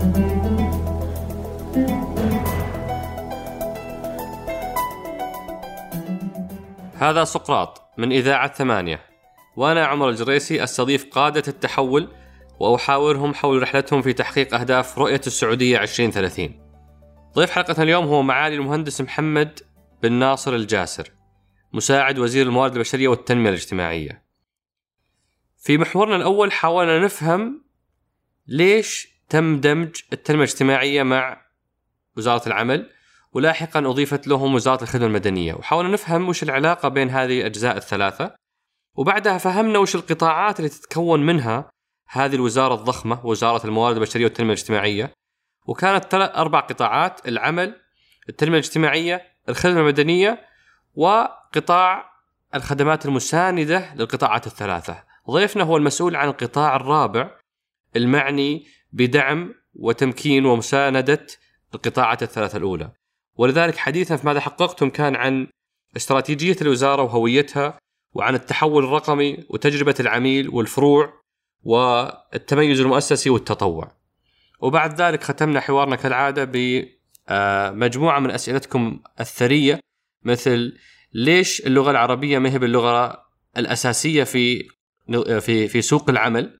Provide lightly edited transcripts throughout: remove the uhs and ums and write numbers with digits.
هذا سقراط من إذاعة 8، وأنا عمر الجريسي أستضيف قادة التحول وأحاورهم حول رحلتهم في تحقيق أهداف رؤية السعودية 2030. ضيف حلقتنا اليوم هو معالي المهندس محمد بن ناصر الجاسر، مساعد وزير الموارد البشرية والتنمية الاجتماعية. في محورنا الأول حاولنا نفهم ليش تم دمج التنمية الاجتماعية مع وزارة العمل، ولاحقا أضيفت لهم وزارة الخدمة المدنية، وحاولنا نفهم وش العلاقة بين هذه الأجزاء الثلاثة، وبعدها فهمنا وش القطاعات اللي تتكون منها هذه الوزارة الضخمة، وزارة الموارد البشرية والتنمية الاجتماعية. وكانت 4 قطاعات: العمل، التنمية الاجتماعية، الخدمة المدنية، وقطاع الخدمات المساندة للقطاعات الثلاثة. ضيفنا هو المسؤول عن القطاع الرابع المعني بدعم وتمكين ومساندة القطاعات الثلاثة الأولى، ولذلك حديثنا في ماذا حققتم كان عن استراتيجية الوزارة وهويتها، وعن التحول الرقمي وتجربة العميل والفروع والتميز المؤسسي والتطوع. وبعد ذلك ختمنا حوارنا كالعادة بمجموعة من أسئلتكم الثرية، مثل ليش اللغة العربية ما هي باللغة الأساسية في سوق العمل،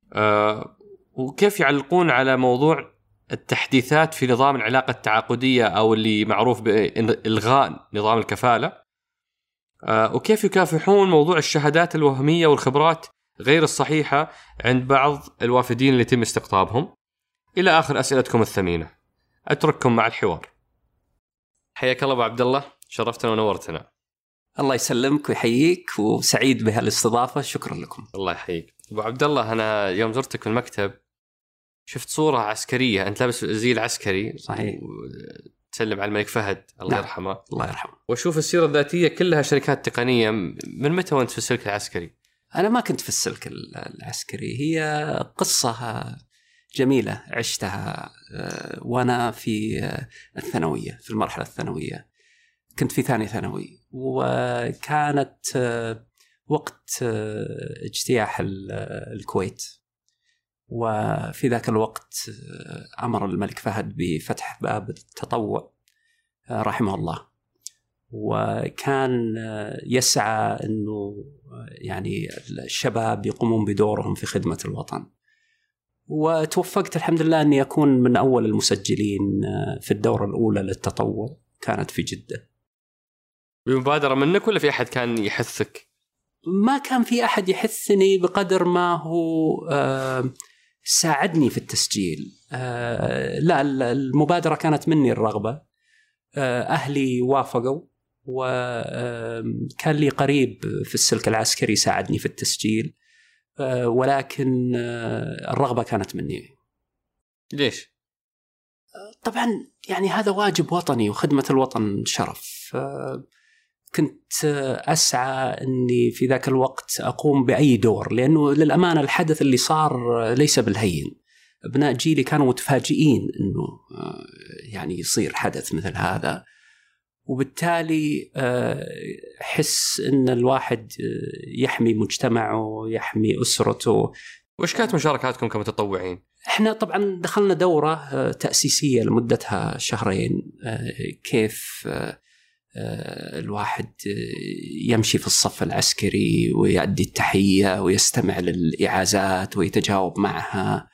وكيف يعلقون على موضوع التحديثات في نظام العلاقة التعاقدية أو اللي معروف بإلغاء نظام الكفالة، وكيف يكافحون موضوع الشهادات الوهمية والخبرات غير الصحيحة عند بعض الوافدين اللي يتم استقطابهم، إلى آخر أسئلتكم الثمينة. أترككم مع الحوار. حياك الله أبو عبد الله، شرفتنا ونورتنا. الله يسلمك ويحييك، وسعيد بهالاستضافة، شكرا لكم. الله يحييك أبو عبد الله. أنا يوم زرتك في المكتب شفت صورة عسكرية، أنت لابس زي العسكري، صحيح، تسلم على الملك فهد الله يرحمه. الله يرحمه. وأشوف السيرة الذاتية كلها شركات تقنية. من متى وأنت في السلك العسكري؟ أنا ما كنت في السلك العسكري، هي قصة جميلة عشتها وأنا في الثانوية، في المرحلة الثانوية، كنت في ثاني ثانوي، وكانت وقت اجتياح الكويت، وفي ذاك الوقت أمر الملك فهد بفتح باب التطوع رحمه الله، وكان يسعى أنه يعني الشباب يقومون بدورهم في خدمة الوطن. وتوفقت الحمد لله أني أكون من أول المسجلين في الدورة الأولى للتطوع، كانت في جدة. بمبادرة منك ولا في أحد كان يحثك؟ ما كان في أحد يحثني بقدر ما هو ساعدني في التسجيل. لا، المبادرة كانت مني الرغبة، أهلي وافقوا، وكان لي قريب في السلك العسكري ساعدني في التسجيل، ولكن الرغبة كانت مني. ليش؟ طبعا يعني هذا واجب وطني، وخدمة الوطن شرف. كنت أسعى أني في ذاك الوقت أقوم بأي دور، لأنه للأمانة الحدث اللي صار ليس بالهين. أبناء جيلي كانوا متفاجئين أنه يعني يصير حدث مثل هذا، وبالتالي حس أن الواحد يحمي مجتمعه، يحمي أسرته. وإيش كانت مشاركاتكم كمتطوعين؟ إحنا طبعا دخلنا دورة تأسيسية لمدتها 2 شهرين، كيف الواحد يمشي في الصف العسكري ويؤدي التحية ويستمع للإعازات ويتجاوب معها.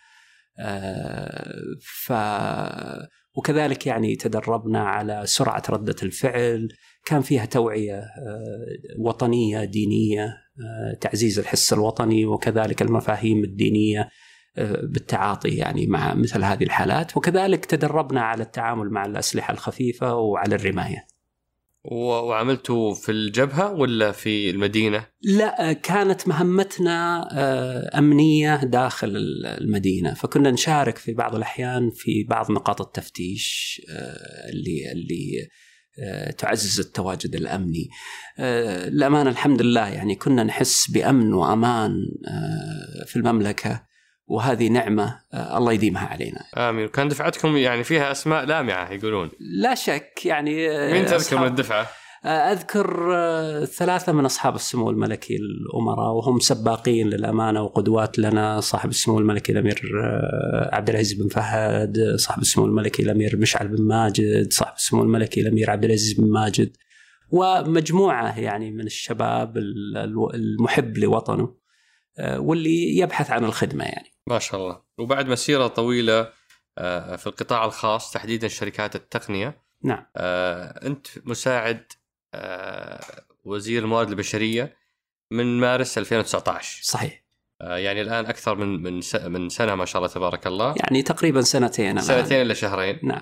وكذلك يعني تدربنا على سرعة ردة الفعل، كان فيها توعية وطنية دينية، تعزيز الحس الوطني، وكذلك المفاهيم الدينية بالتعاطي يعني مع مثل هذه الحالات. وكذلك تدربنا على التعامل مع الأسلحة الخفيفة وعلى الرماية. وعملتوا في الجبهة ولا في المدينة؟ لا، كانت مهمتنا أمنية داخل المدينة، فكنا نشارك في بعض الأحيان في بعض نقاط التفتيش اللي تعزز التواجد الأمني. الأمان الحمد لله يعني كنا نحس بأمن وأمان في المملكة، وهذه نعمة الله يديمها علينا. آمين. وكان دفعتكم يعني فيها أسماء لامعة يقولون. لا شك يعني. مين تذكر من الدفعة؟ أذكر 3 من أصحاب السمو الملكي الأمراء، وهم سباقين للأمانة وقدوات لنا. صاحب السمو الملكي الأمير عبد العزيز بن فهد، صاحب السمو الملكي الأمير مشعل بن ماجد، صاحب السمو الملكي الأمير عبد العزيز بن ماجد، ومجموعة يعني من الشباب المحب لوطنه واللي يبحث عن الخدمة يعني. ما شاء الله. وبعد مسيرة طويلة في القطاع الخاص تحديدا شركات التقنية. نعم. أنت مساعد وزير الموارد البشرية من مارس 2019. صحيح. يعني الآن أكثر من سنة ما شاء الله تبارك الله. يعني تقريبا سنتين إلى شهرين. نعم.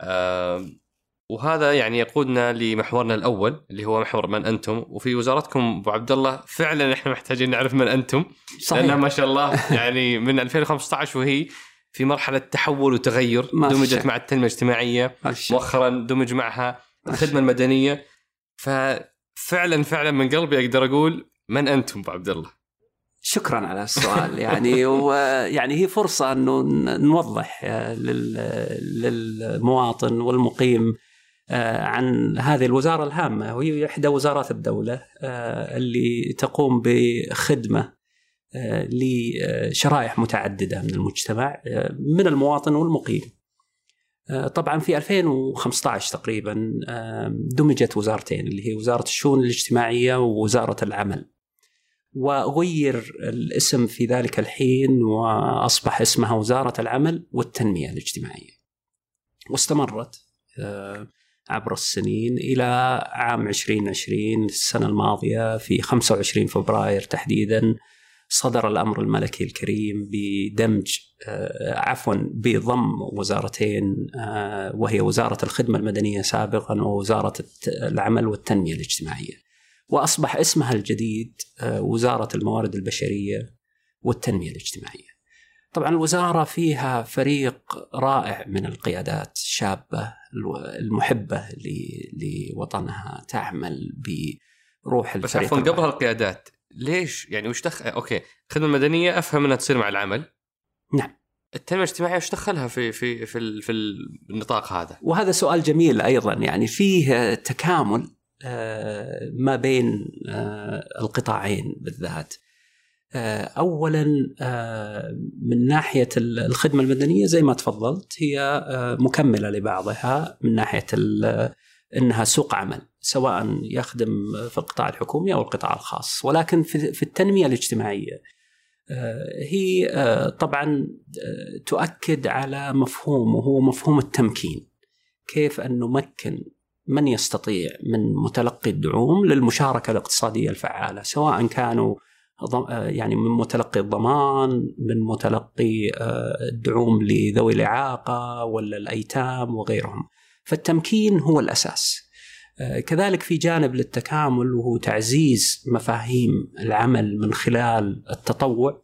وهذا يعني يقودنا لمحورنا الأول اللي هو محور من أنتم. وفي وزارتكم أبو عبد الله فعلا إحنا محتاجين نعرف من أنتم. صحيح. لأنها ما شاء الله يعني من 2015 وهي في مرحلة تحول وتغير، دمجت مع التنمية الاجتماعية، مؤخرا دمج معها الخدمة المدنية. ففعلا من قلبي أقدر أقول من أنتم أبو عبد الله. شكرا على السؤال. يعني ويعني هي فرصة أنه نوضح للمواطن والمقيم عن هذه الوزارة الهامة، وهي إحدى وزارات الدولة اللي تقوم بخدمة لشرائح متعددة من المجتمع، من المواطن والمقيم. طبعا في 2015 تقريبا دمجت وزارتين، اللي هي وزارة الشؤون الاجتماعية ووزارة العمل، وغير الاسم في ذلك الحين وأصبح اسمها وزارة العمل والتنمية الاجتماعية. واستمرت عبر السنين إلى عام 2020 السنة الماضية. في 25 فبراير تحديدا صدر الأمر الملكي الكريم بضم وزارتين، وهي وزارة الخدمة المدنية سابقا ووزارة العمل والتنمية الاجتماعية، وأصبح اسمها الجديد وزارة الموارد البشرية والتنمية الاجتماعية. طبعا الوزارة فيها فريق رائع من القيادات الشابة المحبة لوطنها، تعمل بروح الفريق. بس عفوا قبل القيادات ليش يعني وش دخل؟ أوكي، الخدمة المدنية أفهم أنها تصير مع العمل. نعم. التنمية الاجتماعية وش دخلها في النطاق هذا؟ وهذا سؤال جميل أيضا. يعني فيه تكامل ما بين القطاعين بالذات. أولا من ناحية الخدمة المدنية زي ما تفضلت هي مكملة لبعضها من ناحية أنها سوق عمل، سواء يخدم في القطاع الحكومي أو القطاع الخاص. ولكن في التنمية الاجتماعية هي طبعا تؤكد على مفهوم، وهو مفهوم التمكين. كيف أن نمكن من يستطيع من متلقي الدعوم للمشاركة الاقتصادية الفعالة، سواء كانوا يعني من متلقي الضمان، من متلقي الدعوم لذوي الإعاقة ولا الأيتام وغيرهم. فالتمكين هو الأساس. كذلك في جانب للتكامل، وهو تعزيز مفاهيم العمل من خلال التطوع،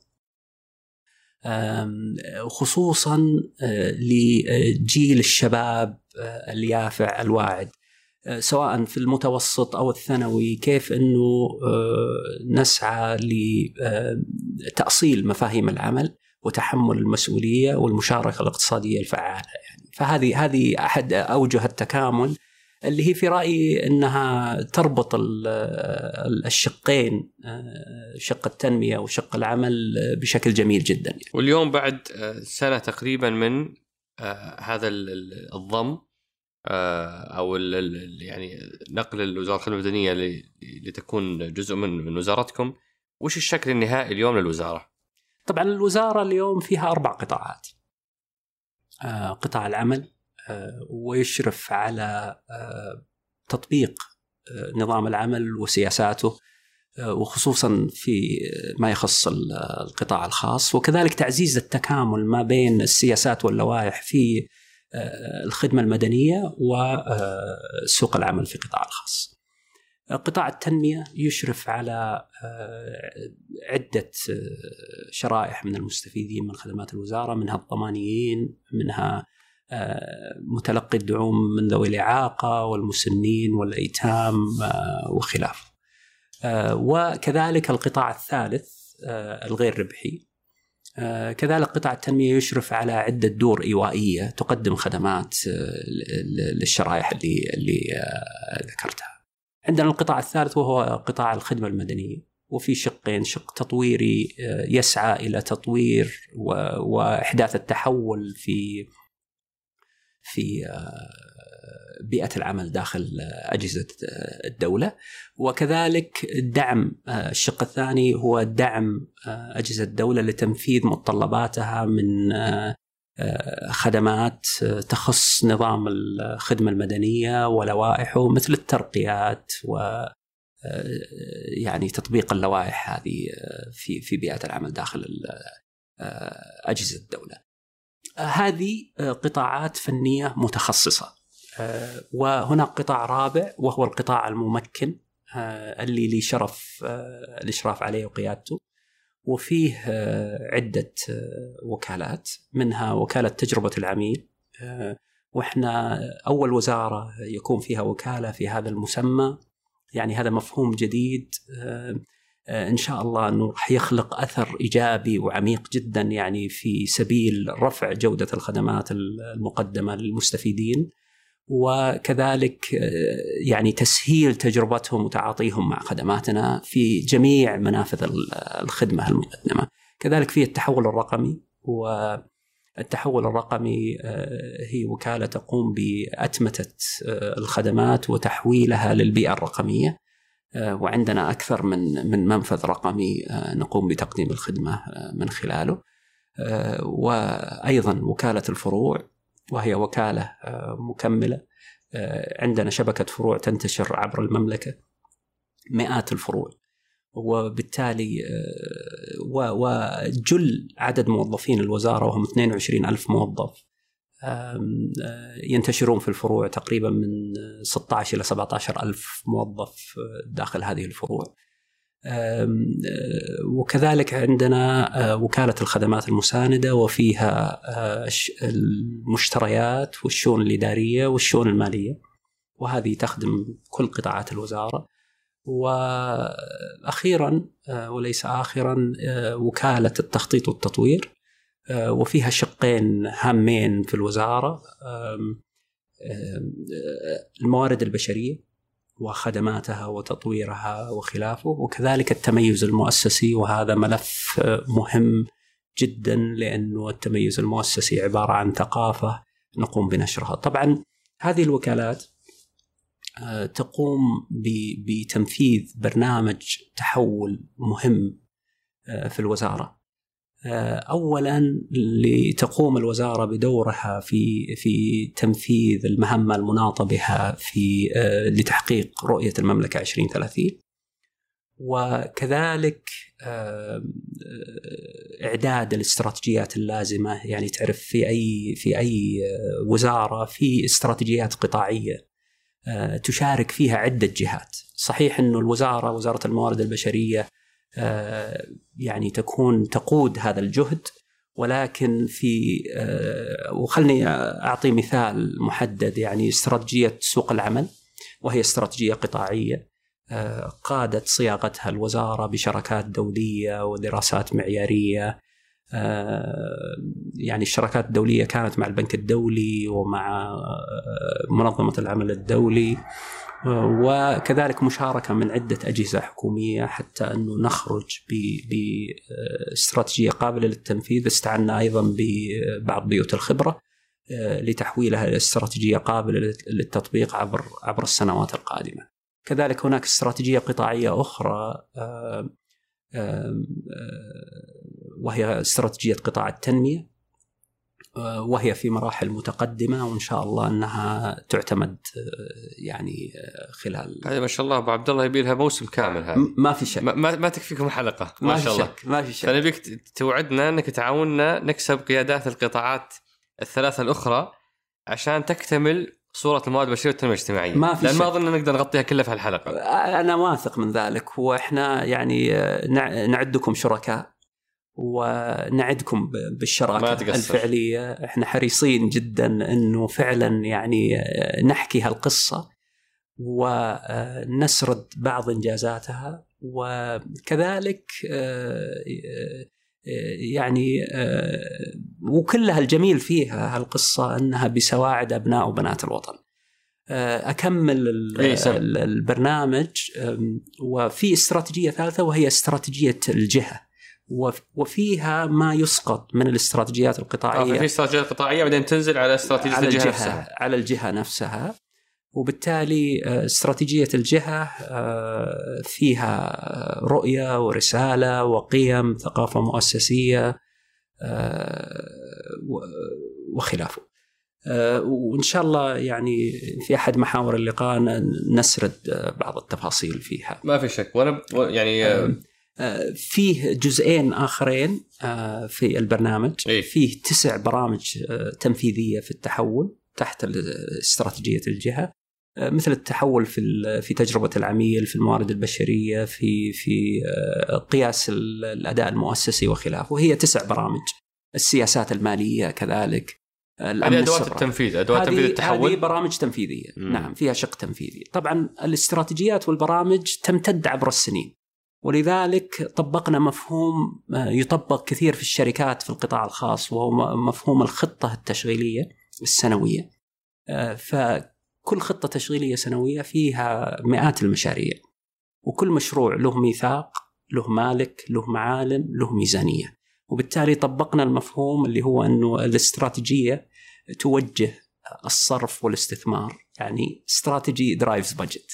خصوصا لجيل الشباب اليافع الواعد، سواء في المتوسط أو الثانوي. كيف أنه نسعى لتأصيل مفاهيم العمل وتحمل المسؤولية والمشاركة الاقتصادية الفعالة يعني. فهذه أحد أوجه التكامل اللي هي في رأيي أنها تربط الشقين، شق التنمية وشق العمل، بشكل جميل جدا يعني. واليوم بعد سنة تقريبا من هذا الضم أو يعني نقل الوزارة الخدمة المدنية لتكون جزء من وزارتكم، وش الشكل النهائي اليوم للوزارة؟ طبعا الوزارة اليوم فيها 4 قطاعات. قطاع العمل، ويشرف على تطبيق نظام العمل وسياساته، وخصوصا في ما يخص القطاع الخاص، وكذلك تعزيز التكامل ما بين السياسات واللوائح في الخدمة المدنية وسوق العمل في القطاع الخاص. قطاع التنمية يشرف على عدة شرائح من المستفيدين من خدمات الوزارة، منها الضمانيين، منها متلقي الدعوم من ذوي الإعاقة والمسنين والأيتام وخلافه. وكذلك القطاع الثالث الغير ربحي. كذلك قطاع التنمية يشرف على عدة دور إيوائية تقدم خدمات للشرائح اللي ذكرتها. عندنا القطاع الثالث وهو قطاع الخدمة المدنية، وفي شقين: شق تطويري يسعى إلى تطوير وإحداث التحول في بيئة العمل داخل أجهزة الدولة، وكذلك دعم الشق الثاني هو دعم أجهزة الدولة لتنفيذ متطلباتها من خدمات تخص نظام الخدمة المدنية ولوائحه، مثل الترقيات يعني تطبيق اللوائح هذه في بيئة العمل داخل أجهزة الدولة. هذه قطاعات فنية متخصصة. وهناك قطاع رابع وهو القطاع الممكن اللي لي شرف الإشراف عليه وقيادته، وفيه عدة وكالات، منها وكالة تجربة العميل، وإحنا أول وزارة يكون فيها وكالة في هذا المسمى. يعني هذا مفهوم جديد إن شاء الله أنه رح يخلق أثر إيجابي وعميق جدا، يعني في سبيل رفع جودة الخدمات المقدمة للمستفيدين، وكذلك يعني تسهيل تجربتهم وتعاطيهم مع خدماتنا في جميع منافذ الخدمة المقدمة. كذلك في التحول الرقمي، والتحول الرقمي هي وكالة تقوم بأتمتة الخدمات وتحويلها للبيئة الرقمية، وعندنا أكثر من منفذ رقمي نقوم بتقديم الخدمة من خلاله. وأيضا وكالة الفروع، وهي وكالة مكملة، عندنا شبكة فروع تنتشر عبر المملكة، مئات الفروع، وبالتالي وجل عدد موظفين الوزارة وهم 22,000 موظف ينتشرون في الفروع، تقريبا من 16 إلى 17,000 موظف داخل هذه الفروع. وكذلك عندنا وكالة الخدمات المساندة، وفيها المشتريات والشؤون الإدارية والشؤون المالية، وهذه تخدم كل قطاعات الوزارة. وأخيرا وليس آخرا وكالة التخطيط والتطوير، وفيها شقين هامين في الوزارة: الموارد البشرية وخدماتها وتطويرها وخلافه، وكذلك التميز المؤسسي، وهذا ملف مهم جدا، لأنه التميز المؤسسي عبارة عن ثقافة نقوم بنشرها. طبعا هذه الوكالات تقوم بتنفيذ برنامج تحول مهم في الوزارة. أولا لتقوم الوزارة بدورها في تنفيذ المهمة المناطة بها لتحقيق رؤية المملكة 2030، وكذلك إعداد الاستراتيجيات اللازمة. يعني تعرف في أي وزارة في استراتيجيات قطاعية تشارك فيها عدة جهات. صحيح أنه وزارة الموارد البشرية يعني تقود هذا الجهد، ولكن وخلني أعطي مثال محدد. يعني استراتيجية سوق العمل، وهي استراتيجية قطاعية قادت صياغتها الوزارة بشراكات دولية ودراسات معيارية. يعني الشراكات الدولية كانت مع البنك الدولي ومع منظمة العمل الدولي، وكذلك مشاركة من عدة أجهزة حكومية، حتى أنه نخرج باستراتيجية قابلة للتنفيذ. استعنا أيضا ببعض بيوت الخبرة لتحويلها إلى استراتيجية قابلة للتطبيق عبر السنوات القادمة. كذلك هناك استراتيجية قطاعية أخرى وهي استراتيجية قطاع التنمية، وهي في مراحل متقدمة، وإن شاء الله أنها تعتمد يعني خلال. هذا ما شاء الله أبو عبد الله يبي لها موسم كامل. هذا ما في شك، ما تكفيكم حلقة ما شاء الله. ما في شك. فنبيك توعدنا أنك تعاوننا نكسب قيادات القطاعات الثلاثة الأخرى عشان تكتمل صورة الموارد البشرية والتنمية الاجتماعية، لأن ما أظن نقدر نغطيها كلها في هالحلقة. أنا واثق من ذلك، وإحنا يعني نعدكم شركاء ونعدكم بالشراكة الفعلية. إحنا حريصين جدا أنه فعلا يعني نحكي هالقصة ونسرد بعض إنجازاتها، وكذلك يعني وكلها الجميل فيها هالقصة أنها بسواعد أبناء وبنات الوطن. أكمل البرنامج. وفي استراتيجية ثالثة وهي استراتيجية الجهة، وفيها ما يسقط من الاستراتيجيات القطاعية. في استراتيجيات قطاعية بعدين تنزل على استراتيجية الجهة نفسها. على الجهة نفسها. وبالتالي استراتيجية الجهة فيها رؤية ورسالة وقيم، ثقافة مؤسسية وخلافه. وإن شاء الله يعني في أحد محاور اللقاء نسرد بعض التفاصيل فيها. ما في شك. وأنا يعني فيه جزئين آخرين في البرنامج. فيه 9 برامج تنفيذية في التحول تحت استراتيجية الجهة، مثل التحول في تجربة العميل، في الموارد البشرية، في قياس الأداء المؤسسي وخلافه. وهي 9 برامج. السياسات المالية كذلك. هذه أدوات التنفيذ، أدوات تنفيذ التحول. هذه برامج تنفيذية. نعم، فيها شق تنفيذي. طبعا الاستراتيجيات والبرامج تمتد عبر السنين، ولذلك طبقنا مفهوم يطبق كثير في الشركات في القطاع الخاص، وهو مفهوم الخطة التشغيلية السنوية. فكل خطة تشغيلية سنوية فيها مئات المشاريع، وكل مشروع له ميثاق، له مالك، له معالم، له ميزانية. وبالتالي طبقنا المفهوم اللي هو أنه الاستراتيجية توجه الصرف والاستثمار، يعني strategy drives budget.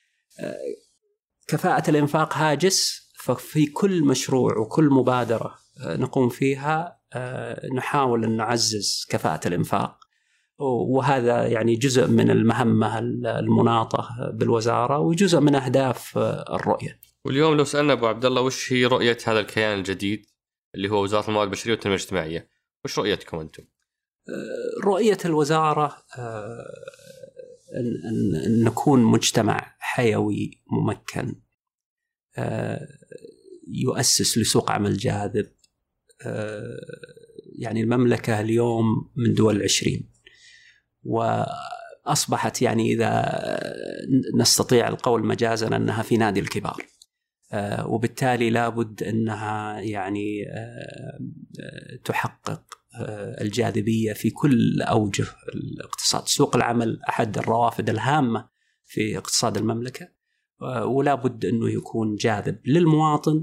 كفاءة الإنفاق هاجس، ففي كل مشروع وكل مبادرة نقوم فيها نحاول أن نعزز كفاءة الإنفاق، وهذا يعني جزء من المهمة المناطة بالوزارة وجزء من أهداف الرؤية. واليوم لو سألنا أبو عبد الله وش هي رؤية هذا الكيان الجديد اللي هو وزارة الموارد البشرية والتنمية الاجتماعية، وش رؤيتكم أنتم؟ رؤية الوزارة أن نكون مجتمع حيوي ممكن، يؤسس لسوق عمل جاذب. يعني المملكة اليوم من دول 20، وأصبحت يعني إذا نستطيع القول مجازا أنها في نادي الكبار، وبالتالي لابد أنها يعني تحقق الجاذبية في كل أوجه الاقتصاد. سوق العمل أحد الروافد الهامة في اقتصاد المملكة، ولا بد أنه يكون جاذب للمواطن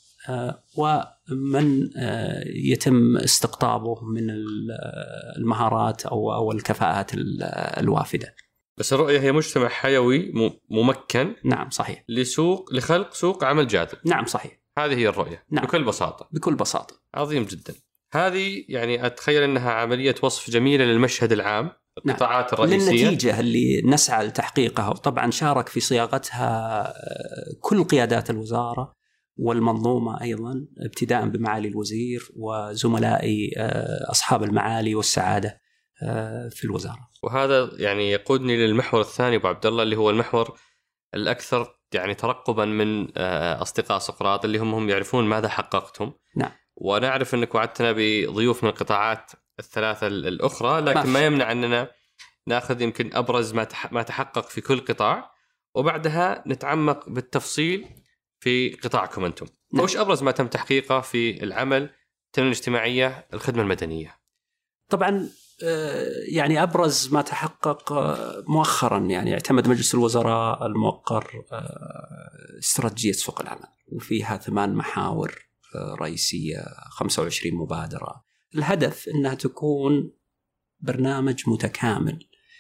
ومن يتم استقطابه من المهارات أو الكفاءات الوافدة. بس الرؤية هي مجتمع حيوي ممكن. نعم صحيح. لخلق سوق عمل جاذب. نعم صحيح. هذه هي الرؤية. نعم. بكل بساطة. عظيم جدا. هذه يعني أتخيل أنها عملية وصف جميلة للمشهد العام، القطاعات الرئيسية، للنتيجة اللي نسعى لتحقيقها. وطبعا شارك في صياغتها كل قيادات الوزارة والمنظومة أيضا، ابتداء بمعالي الوزير وزملائي أصحاب المعالي والسعادة في الوزارة. وهذا يعني يقودني للمحور الثاني أبو عبد الله، اللي هو المحور الأكثر يعني ترقبا من أصدقاء سقراط، اللي هم يعرفون ماذا حققتم. نعم. ونعرف أنك وعدتنا بضيوف من القطاعات الثلاثة الأخرى، لكن ما يمنع أننا نأخذ يمكن أبرز ما تحقق في كل قطاع، وبعدها نتعمق بالتفصيل في قطاعكم أنتم. نعم. وش أبرز ما تم تحقيقه في العمل، التنمية الاجتماعية، الخدمة المدنية؟ طبعا يعني أبرز ما تحقق مؤخرا، يعني اعتمد مجلس الوزراء الموقر استراتيجية سوق العمل، وفيها 8 محاور رئيسية، 25 مبادرة. الهدف أنها تكون برنامج متكامل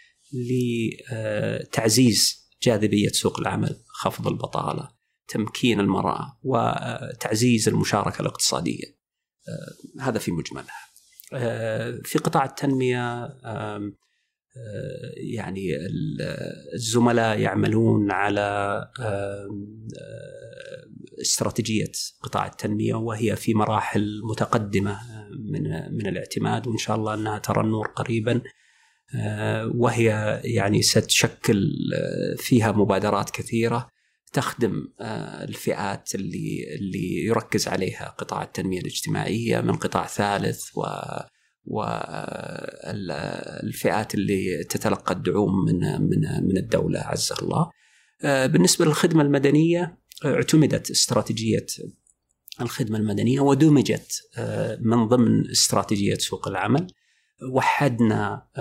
لتعزيز جاذبية سوق العمل، خفض البطالة، تمكين المرأة، وتعزيز المشاركة الاقتصادية. هذا في مجملها. في قطاع التنمية يعني الزملاء يعملون على استراتيجية قطاع التنمية، وهي في مراحل متقدمة من الاعتماد، وإن شاء الله أنها ترى النور قريبا. وهي يعني ستشكل فيها مبادرات كثيرة تخدم الفئات اللي يركز عليها قطاع التنمية الاجتماعية من قطاع ثالث، والفئات اللي تتلقى الدعوم من الدولة عز الله. بالنسبة للخدمة المدنية، اعتمدت استراتيجية الخدمة المدنية ودمجت من ضمن استراتيجية سوق العمل، وحدنا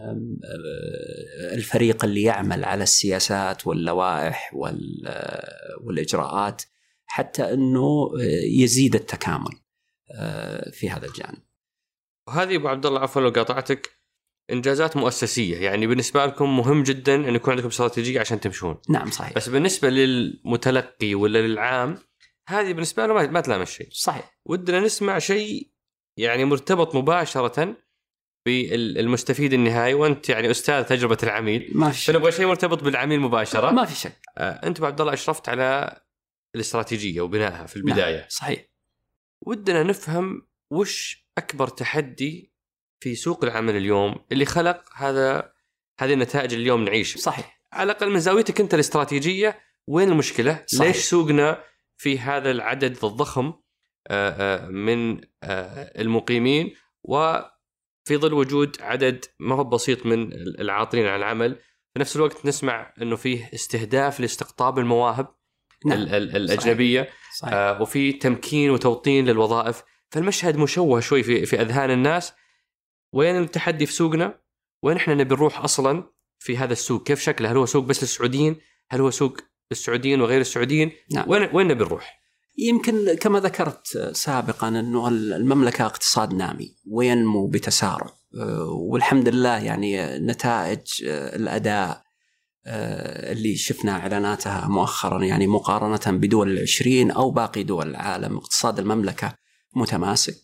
الفريق اللي يعمل على السياسات واللوائح والإجراءات حتى أنه يزيد التكامل في هذا الجانب. وهذه أبو عبد الله عفوا لو قاطعتك إنجازات مؤسسية، يعني بالنسبة لكم مهم جدا أن يكون عندكم استراتيجية عشان تمشون. نعم صحيح. بس بالنسبة للمتلقي ولا للعام هذه بالنسبة له ما تلامس شيء. صحيح. ودنا نسمع شيء يعني مرتبط مباشرة بالمستفيد النهائي، وأنت يعني أستاذ تجربة العميل، فنبغى شيء مرتبط بالعميل مباشرة. ما في شك. أنت أبو عبد الله أشرفت على الاستراتيجية وبنائها في البداية. نعم صحيح. ودنا نفهم وش أكبر تحدي في سوق العمل اليوم اللي خلق هذه النتائج اللي اليوم نعيشها. صحيح. على الأقل من زاويتك أنت الاستراتيجية، وين المشكلة؟ صحيح. ليش سوقنا في هذا العدد الضخم من المقيمين، وفي ظل وجود عدد ما هو بسيط من العاطلين عن العمل، في نفس الوقت نسمع أنه فيه استهداف لاستقطاب المواهب الأجنبية. صحيح. وفي تمكين وتوطين للوظائف، فالمشهد مشوه شوي في أذهان الناس. وين التحدي في سوقنا؟ وين إحنا نبي نروح أصلا في هذا السوق؟ كيف شكله؟ هل هو سوق بس للسعوديين؟ هل هو سوق للسعوديين وغير السعوديين؟ نعم. وين نبي نروح؟ يمكن كما ذكرت سابقا أنه المملكة اقتصاد نامي وينمو بتسارع، والحمد لله يعني نتائج الأداء اللي شفنا إعلاناتها مؤخرا، يعني مقارنة بدول العشرين أو باقي دول العالم، اقتصاد المملكة متماسك،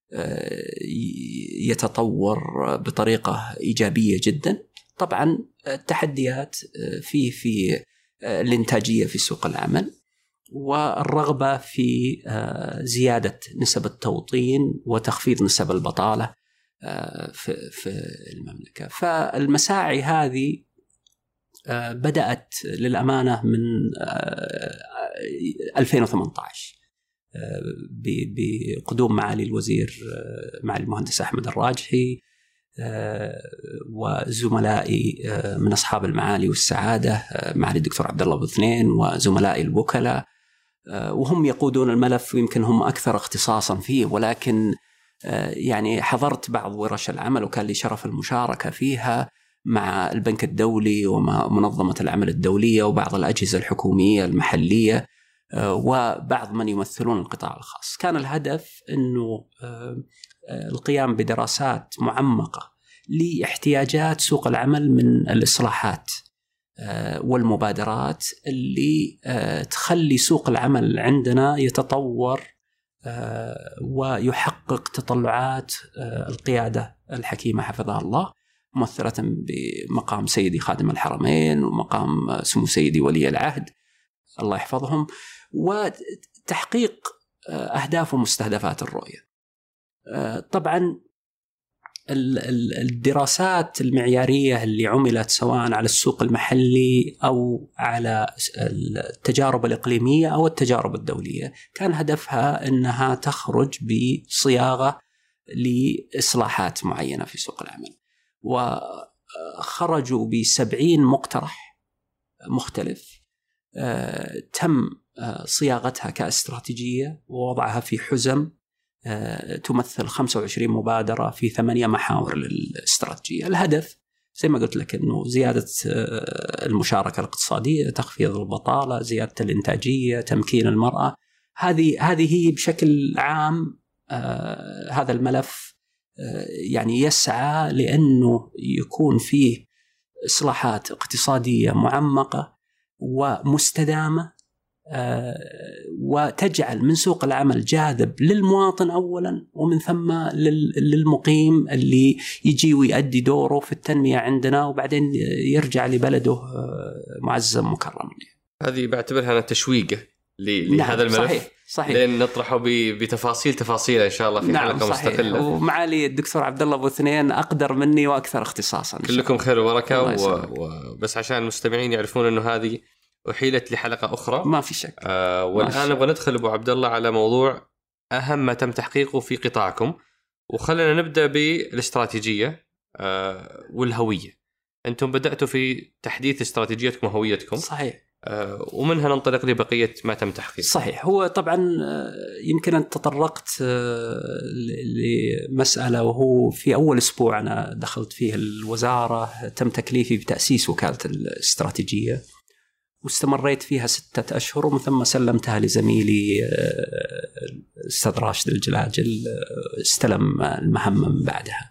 يتطور بطريقة إيجابية جدا. طبعا التحديات في الإنتاجية في سوق العمل، والرغبة في زيادة نسب التوطين وتخفيض نسب البطالة في المملكة. فالمساعي هذه بدأت للأمانة من 2018 بقدوم معالي الوزير معالي المهندس أحمد الراجحي وزملائي من أصحاب المعالي والسعادة معالي الدكتور عبد الله بوثنين وزملائي الوكلاء، وهم يقودون الملف ويمكن هم أكثر اختصاصا فيه، ولكن يعني حضرت بعض ورش العمل وكان لي شرف المشاركة فيها مع البنك الدولي ومنظمة العمل الدولية وبعض الأجهزة الحكومية المحلية وبعض من يمثلون القطاع الخاص. كان الهدف أنه القيام بدراسات معمقة لاحتياجات سوق العمل من الإصلاحات والمبادرات اللي تخلي سوق العمل عندنا يتطور ويحقق تطلعات القيادة الحكيمة حفظها الله، ممثلة بمقام سيدي خادم الحرمين ومقام سمو سيدي ولي العهد الله يحفظهم، وتحقيق أهداف ومستهدفات الرؤية. طبعا الدراسات المعيارية اللي عملت سواء على السوق المحلي أو على التجارب الإقليمية أو التجارب الدولية كان هدفها أنها تخرج بصياغة لإصلاحات معينة في سوق العمل، وخرجوا ب70 مقترح مختلف تم صياغتها كاستراتيجية ووضعها في حزم تمثل 25 مبادرة في 8 محاور للاستراتيجية. الهدف زي ما قلت لك أنه زيادة المشاركة الاقتصادية، تخفيض البطالة، زيادة الإنتاجية، تمكين المرأة. هذه هي بشكل عام هذا الملف يعني يسعى لأنه يكون فيه إصلاحات اقتصادية معمقة ومستدامة وتجعل من سوق العمل جاذب للمواطن أولا، ومن ثم للمقيم اللي يجي ويؤدي دوره في التنمية عندنا وبعدين يرجع لبلده معزز مكرم. هذه بعتبرها أنا تشويقة لهذا الملف. صحيح. لأن نطرحه بتفاصيل إن شاء الله في حلقة مستقلة. ومعالي الدكتور عبد الله بوثنين أقدر مني وأكثر اختصاصا. كلكم خير وبركة. وبس عشان المستمعين يعرفون إنه هذه أحيلت لحلقة أخرى ما في شك. والآن نبغى ندخل أبو عبد الله على موضوع أهم ما تم تحقيقه في قطاعكم، وخلنا نبدأ بالاستراتيجية والهوية. أنتم بدأتوا في تحديث استراتيجيتكم وهويتكم. صحيح. ومنها ننطلق لبقية ما تم تحقيقه. صحيح. هو طبعا يمكن أن تطرقت لمسألة، وهو في أول أسبوع أنا دخلت فيه الوزارة تم تكليفي بتأسيس وكالة الاستراتيجية، واستمريت فيها 6 أشهر، ومن ثم سلمتها لزميلي الأستاذ راشد الجلاجل، استلم المهمة من بعدها.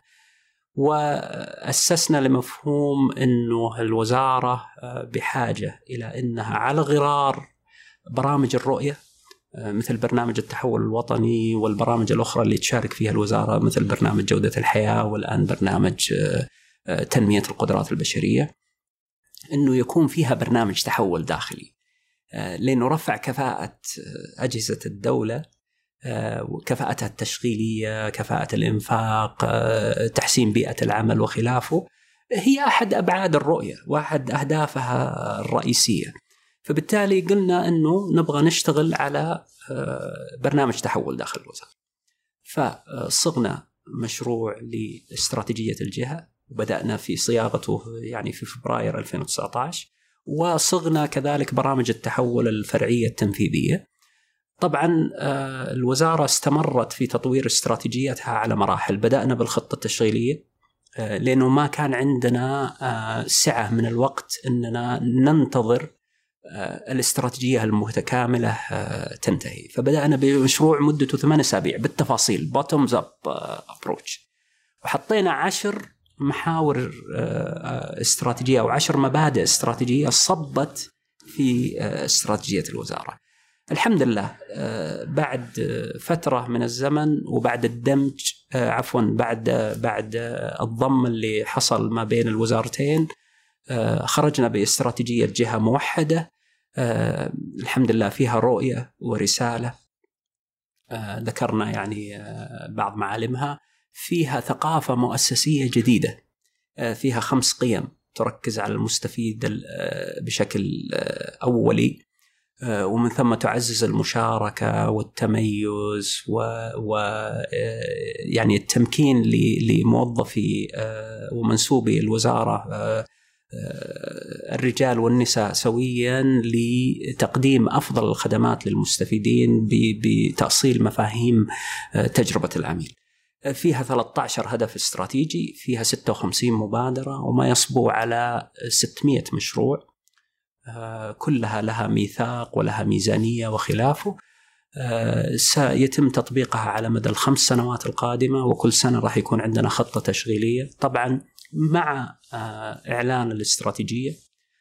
وأسسنا لمفهوم أنه الوزارة بحاجة إلى أنها على غرار برامج الرؤية مثل برنامج التحول الوطني والبرامج الأخرى اللي تشارك فيها الوزارة، مثل برنامج جودة الحياة والآن برنامج تنمية القدرات البشرية، أنه يكون فيها برنامج تحول داخلي، لأنه رفع كفاءة أجهزة الدولة، كفاءتها التشغيلية، كفاءة الإنفاق، تحسين بيئة العمل وخلافه، هي أحد أبعاد الرؤية وأحد أهدافها الرئيسية. فبالتالي قلنا أنه نبغى نشتغل على برنامج تحول داخل الوزارة، فصغنا مشروع لاستراتيجية الجهة، وبدأنا في صياغته يعني في فبراير 2019، وصغنا كذلك برامج التحول الفرعية التنفيذية. طبعا الوزارة استمرت في تطوير استراتيجيتها على مراحل. بدأنا بالخطة التشغيلية لأنه ما كان عندنا سعة من الوقت أننا ننتظر الاستراتيجية المتكاملة تنتهي، فبدأنا بمشروع مدته 8 أسابيع بالتفاصيل bottoms up approach، وحطينا 10 محاور استراتيجية أو 10 مبادئ استراتيجية صبت في استراتيجية الوزارة. الحمد لله بعد فترة من الزمن وبعد الدمج بعد الضم اللي حصل ما بين الوزارتين، خرجنا باستراتيجية جهة موحدة الحمد لله فيها رؤية ورسالة، ذكرنا يعني بعض معالمها. فيها ثقافة مؤسسية جديدة، فيها 5 قيم تركز على المستفيد بشكل أولي، ومن ثم تعزز المشاركة والتميز يعني التمكين لموظفي ومنسوبي الوزارة الرجال والنساء سويا لتقديم أفضل الخدمات للمستفيدين بتأصيل مفاهيم تجربة العميل. فيها 13 هدف استراتيجي، فيها 56 مبادرة، وما يصبو على 600 مشروع، كلها لها ميثاق ولها ميزانية وخلافه. سيتم تطبيقها على مدى 5 سنوات القادمة، وكل سنة راح يكون عندنا خطة تشغيلية. طبعا مع إعلان الاستراتيجية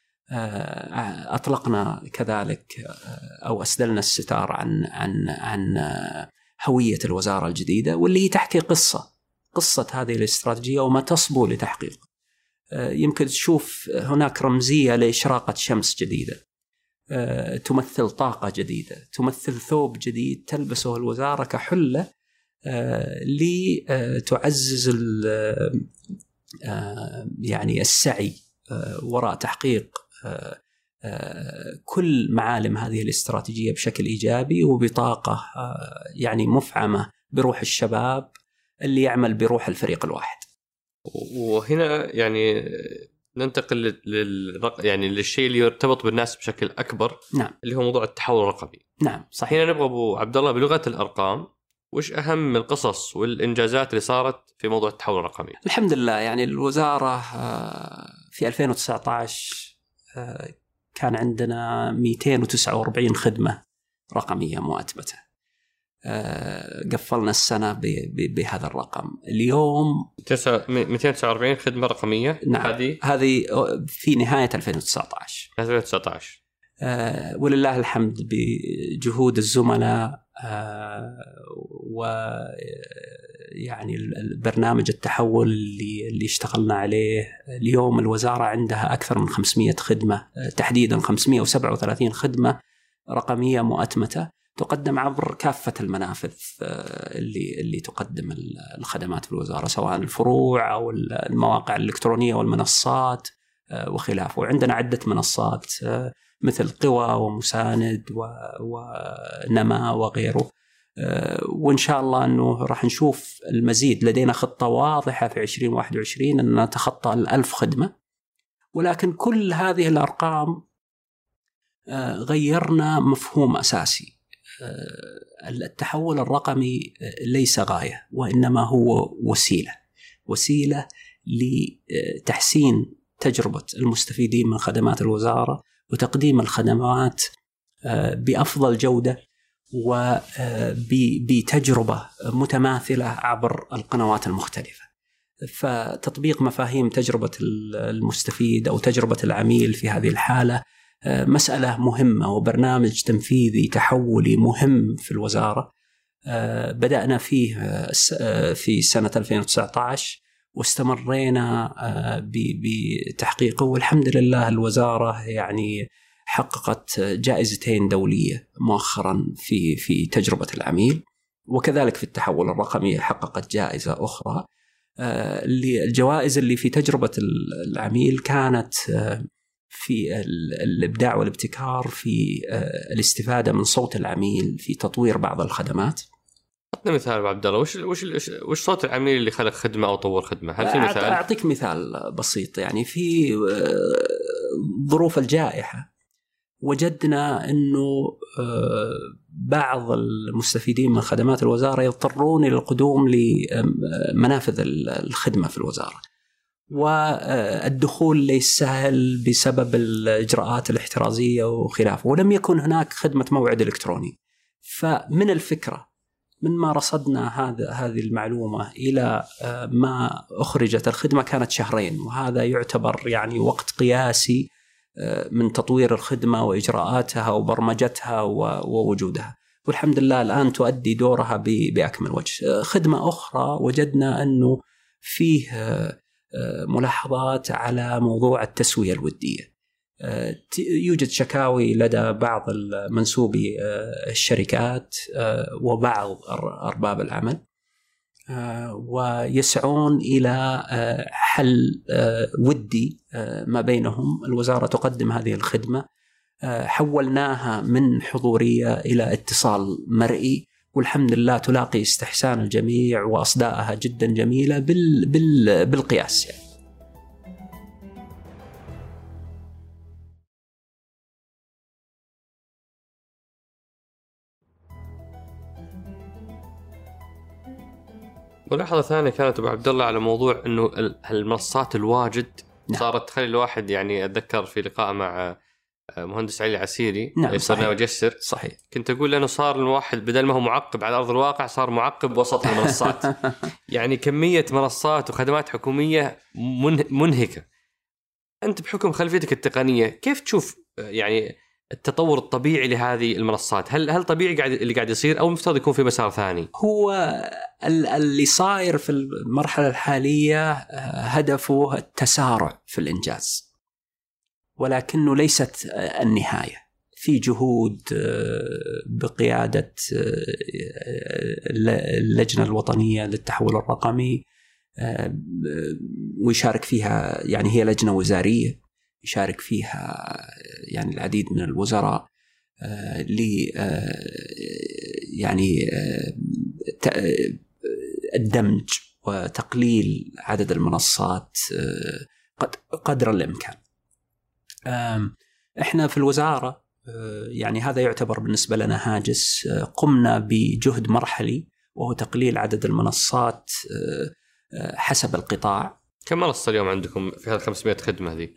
أطلقنا كذلك أو أسدلنا الستار عن هوية الوزارة الجديدة، واللي هي تحكي قصة هذه الاستراتيجية وما تصبو لتحقيق. يمكن تشوف هناك رمزية لإشراقة شمس جديدة، تمثل طاقة جديدة، تمثل ثوب جديد تلبسه الوزارة كحلة لتعزز يعني السعي وراء تحقيق كل معالم هذه الاستراتيجية بشكل إيجابي وبطاقة يعني مفعمة بروح الشباب اللي يعمل بروح الفريق الواحد. وهنا يعني ننتقل يعني للشيء اللي يرتبط بالناس بشكل أكبر. نعم. اللي هو موضوع التحول الرقمي. نعم صحيح. هنا نبغى أبو عبد الله بلغة الأرقام، وش أهم القصص والإنجازات اللي صارت في موضوع التحول الرقمي؟ الحمد لله يعني الوزارة في 2019 كان عندنا 249 خدمة رقمية مؤتمتة، قفلنا السنة بهذا الرقم. اليوم 249 خدمة رقمية. نعم. هذه في نهاية 2019. ولله الحمد بجهود الزملاء ويعني البرنامج التحول اللي اشتغلنا عليه. اليوم الوزارة عندها أكثر من 500 خدمة، تحديدا 537 خدمة رقمية مؤتمتة تقدم عبر كافة المنافذ اللي تقدم الخدمات في الوزارة، سواء الفروع أو المواقع الإلكترونية والمنصات وخلافه. وعندنا عدة منصات مثل قوى ومساند ونما وغيره، وإن شاء الله أنه راح نشوف المزيد. لدينا خطة واضحة في 2021 أن نتخطى 1000 خدمة، ولكن كل هذه الأرقام غيرنا مفهوم أساسي. التحول الرقمي ليس غاية، وإنما هو وسيلة لتحسين تجربة المستفيدين من خدمات الوزارة وتقديم الخدمات بأفضل جودة وبتجربة متماثلة عبر القنوات المختلفة. فتطبيق مفاهيم تجربة المستفيد أو تجربة العميل في هذه الحالة مسألة مهمة وبرنامج تنفيذي تحولي مهم في الوزارة. بدأنا فيه في سنة 2019 واستمرينا بتحقيقه، والحمد لله الوزارة يعني حققت جائزتين دولية مؤخرا في تجربة العميل، وكذلك في التحول الرقمي حققت جائزة أخرى. الجوائز اللي في تجربة العميل كانت في الإبداع والابتكار في الاستفادة من صوت العميل في تطوير بعض الخدمات. أعطنا مثال أبو عبد الله، وش صوت العميل اللي خلق خدمة أو طور خدمة؟ هل في مثال؟ أعطيك مثال بسيط. يعني في ظروف الجائحة وجدنا أنه بعض المستفيدين من خدمات الوزارة يضطرون إلى القدوم لمنافذ الخدمة في الوزارة، والدخول ليس سهل بسبب الإجراءات الاحترازية وخلافه، ولم يكن هناك خدمة موعد إلكتروني. فمن الفكرة من ما رصدنا هذه المعلومة إلى ما أخرجت الخدمة كانت 2 شهر، وهذا يعتبر يعني وقت قياسي من تطوير الخدمة وإجراءاتها وبرمجتها ووجودها، والحمد لله الآن تؤدي دورها بأكمل وجه. خدمة أخرى وجدنا أنه فيه ملاحظات على موضوع التسوية الودية. يوجد شكاوي لدى بعض منسوبي الشركات وبعض أرباب العمل، ويسعون إلى حل ودي ما بينهم. الوزارة تقدم هذه الخدمة، حولناها من حضورية إلى اتصال مرئي، والحمد لله تلاقي استحسان الجميع وأصداءها جدا جميلة بالقياس يعني. ملاحظة ثانية كانت أبو عبد الله على موضوع إنه المنصات الواجد صارت تخلي الواحد، يعني أتذكر في لقاء مع مهندس علي العسيري يسرنا وجسر، صحيح، كنت أقول لأنه صار الواحد بدل ما هو معقب على أرض الواقع صار معقب وسط المنصات. يعني كمية منصات وخدمات حكومية منهكة. أنت بحكم خلفيتك التقنية كيف تشوف يعني التطور الطبيعي لهذه المنصات؟ هل طبيعي اللي قاعد يصير أو مفترض يكون في مسار ثاني؟ هو اللي صاير في المرحلة الحالية هدفه التسارع في الإنجاز، ولكنه ليست النهاية. في جهود بقيادة اللجنة الوطنية للتحول الرقمي، ويشارك فيها يعني هي لجنة وزارية يشارك فيها يعني العديد من الوزراء يعني الدمج وتقليل عدد المنصات قدر الإمكان. احنا في الوزارة يعني هذا يعتبر بالنسبة لنا هاجس. قمنا بجهد مرحلي وهو تقليل عدد المنصات حسب القطاع. كم منصة اليوم عندكم في هذه 500 خدمة هذه؟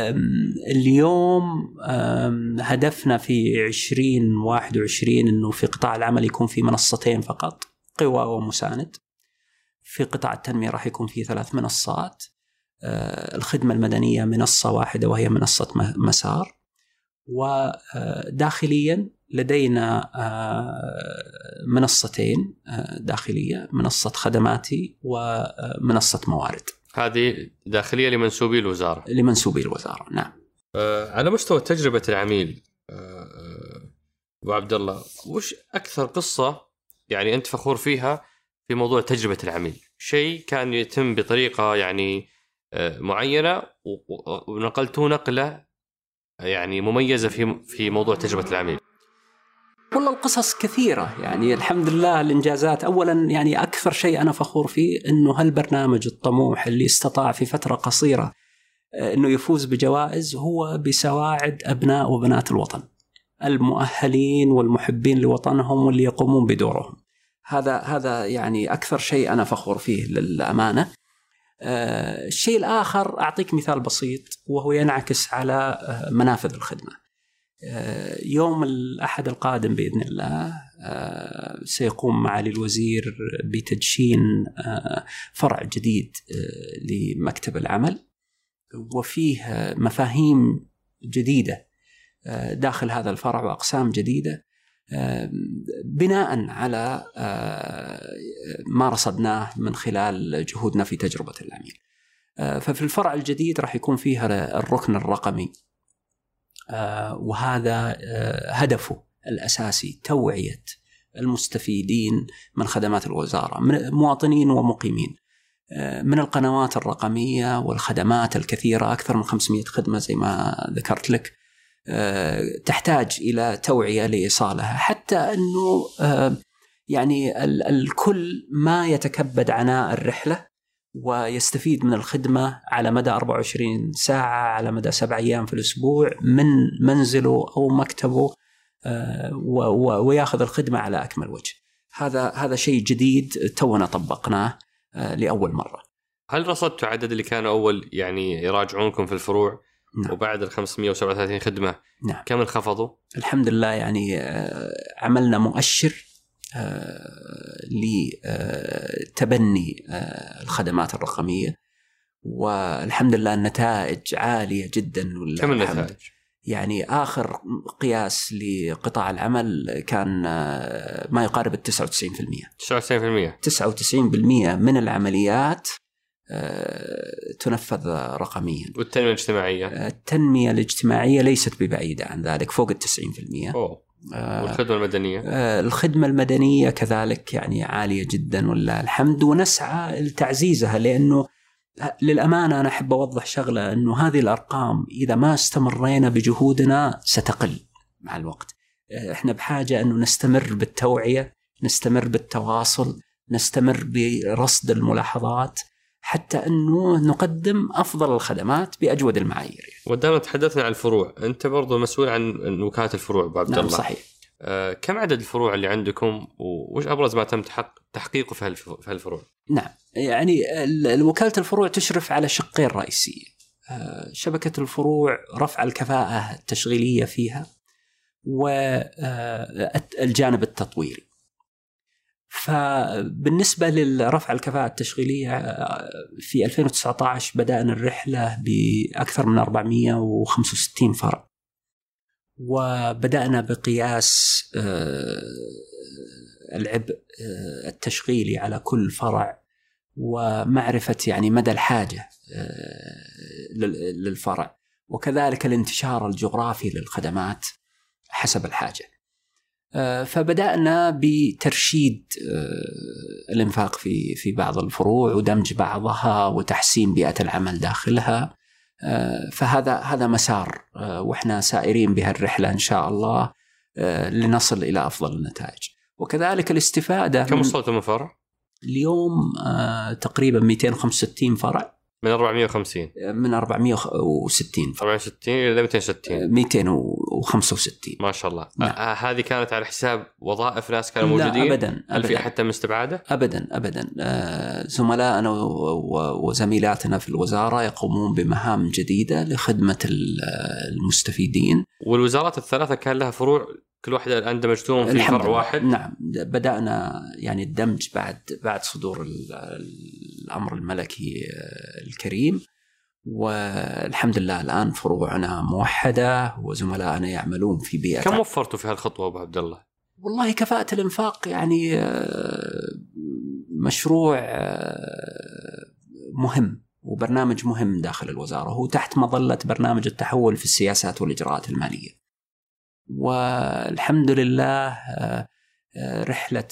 اليوم هدفنا في 2021 أنه في قطاع العمل يكون في منصتين فقط، قوى ومساند. في قطاع التنمية راح يكون في 3 منصات. الخدمة المدنية منصة واحدة وهي منصة مسار. وداخليا لدينا منصتين داخلية، منصة خدماتي ومنصة موارد. هذه داخلية لمنسوبي الوزارة. نعم. على مستوى تجربة العميل أبو عبد الله، وش أكثر قصة يعني أنت فخور فيها في موضوع تجربة العميل؟ شيء كان يتم بطريقة يعني معينة ونقلته نقلة يعني مميزة في موضوع تجربة العميل. والله القصص كثيرة يعني الحمد لله. الإنجازات أولا يعني أكثر شيء أنا فخور فيه أنه هالبرنامج الطموح اللي استطاع في فترة قصيرة أنه يفوز بجوائز هو بسواعد أبناء وبنات الوطن. المؤهلين والمحبين لوطنهم واللي يقومون بدورهم. هذا يعني أكثر شيء أنا فخور فيه للأمانة. الشيء الآخر أعطيك مثال بسيط وهو ينعكس على منافذ الخدمة. يوم الأحد القادم بإذن الله سيقوم معالي الوزير بتدشين فرع جديد لمكتب العمل، وفيه مفاهيم جديدة داخل هذا الفرع وأقسام جديدة بناء على ما رصدناه من خلال جهودنا في تجربة العميل. ففي الفرع الجديد راح يكون فيها الركن الرقمي، وهذا هدفه الأساسي توعية المستفيدين من خدمات الوزارة من مواطنين ومقيمين من القنوات الرقمية والخدمات الكثيرة، أكثر من 500 خدمة زي ما ذكرت لك تحتاج إلى توعية لإيصالها، حتى أنه يعني الكل ما يتكبد عناء الرحلة ويستفيد من الخدمة على مدى 24 ساعة على مدى 7 أيام في الأسبوع من منزله أو مكتبه، ويأخذ الخدمة على أكمل وجه. هذا شيء جديد تونا طبقناه لأول مرة. هل رصدتوا عدد اللي كانوا أول يعني يراجعونكم في الفروع؟ نعم. وبعد 537 خدمة نعم. كم انخفضوا؟ الحمد لله يعني عملنا مؤشر لتبني الخدمات الرقمية، والحمد لله النتائج عالية جدا. كم النتائج؟ يعني آخر قياس لقطاع العمل كان ما يقارب 99%. 99% من العمليات تنفذ رقميا. والتنمية الاجتماعية؟ التنمية الاجتماعية ليست ببعيدة عن ذلك، فوق 90%. والخدمة المدنية؟ الخدمة المدنية كذلك يعني عالية جدا والله الحمد، ونسعى لتعزيزها، لأنه للأمانة أنا أحب أوضح شغلة، أنه هذه الأرقام إذا ما استمرينا بجهودنا ستقل مع الوقت. إحنا بحاجة أنه نستمر بالتوعية، نستمر بالتواصل، نستمر برصد الملاحظات، حتى أنه نقدم أفضل الخدمات بأجود المعايير. ودامنا تحدثنا عن الفروع، أنت برضو مسؤول عن وكالة الفروع أبو عبد الله. نعم صحيح. كم عدد الفروع اللي عندكم، وش أبرز ما تم تحقيقه في هالفروع؟ نعم يعني وكالة الفروع تشرف على شقين رئيسية: شبكة الفروع رفع الكفاءة التشغيلية فيها، والجانب التطويري. فبالنسبة للرفع الكفاءة التشغيلية في 2019 بدأنا الرحلة بأكثر من 465 فرع، وبدأنا بقياس العبء التشغيلي على كل فرع، ومعرفة يعني مدى الحاجة للفرع، وكذلك الانتشار الجغرافي للخدمات حسب الحاجة. فبدأنا بترشيد الإنفاق في بعض الفروع ودمج بعضها وتحسين بيئة العمل داخلها. فهذا مسار وإحنا سائرين بها الرحلة إن شاء الله لنصل إلى أفضل النتائج. وكذلك الاستفادة. كم وصلتوا من فرع؟ اليوم تقريبا 265 فرع من 450. من 460 فرع. 460 إلى 260. 265 ما شاء الله. نعم. هذه كانت على حساب وظائف ناس كانوا موجودين؟ لا أبدا. هل في حتى من استبعاده؟ أبدا. زملائنا وزميلاتنا في الوزارة يقومون بمهام جديدة لخدمة المستفيدين. والوزارات الثلاثة كان لها فروع، كل واحدة الآن دمجتهم في فرع واحد؟ نعم، بدأنا يعني الدمج بعد صدور الأمر الملكي الكريم، والحمد لله الآن فروعنا موحدة وزملائنا يعملون في بيئة. كم وفرتوا في هالخطوة أبو عبد الله؟ والله كفاءة الإنفاق يعني مشروع مهم وبرنامج مهم داخل الوزارة، هو تحت مظلة برنامج التحول في السياسات والإجراءات المالية. والحمد لله رحلة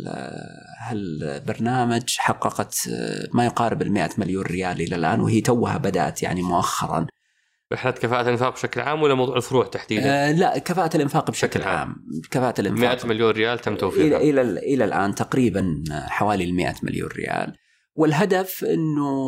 هالبرنامج حققت ما يقارب 100 مليون ريال إلى الآن، وهي توها بدأت يعني مؤخرا. رحلة كفاءة الإنفاق بشكل عام ولا موضوع الفروع تحديدا؟ لا، كفاءة الإنفاق بشكل عام. كفاءة الإنفاق 100 مليون ريال تم توفيرها إلى الآن تقريبا حوالي 100 مليون ريال. والهدف أنه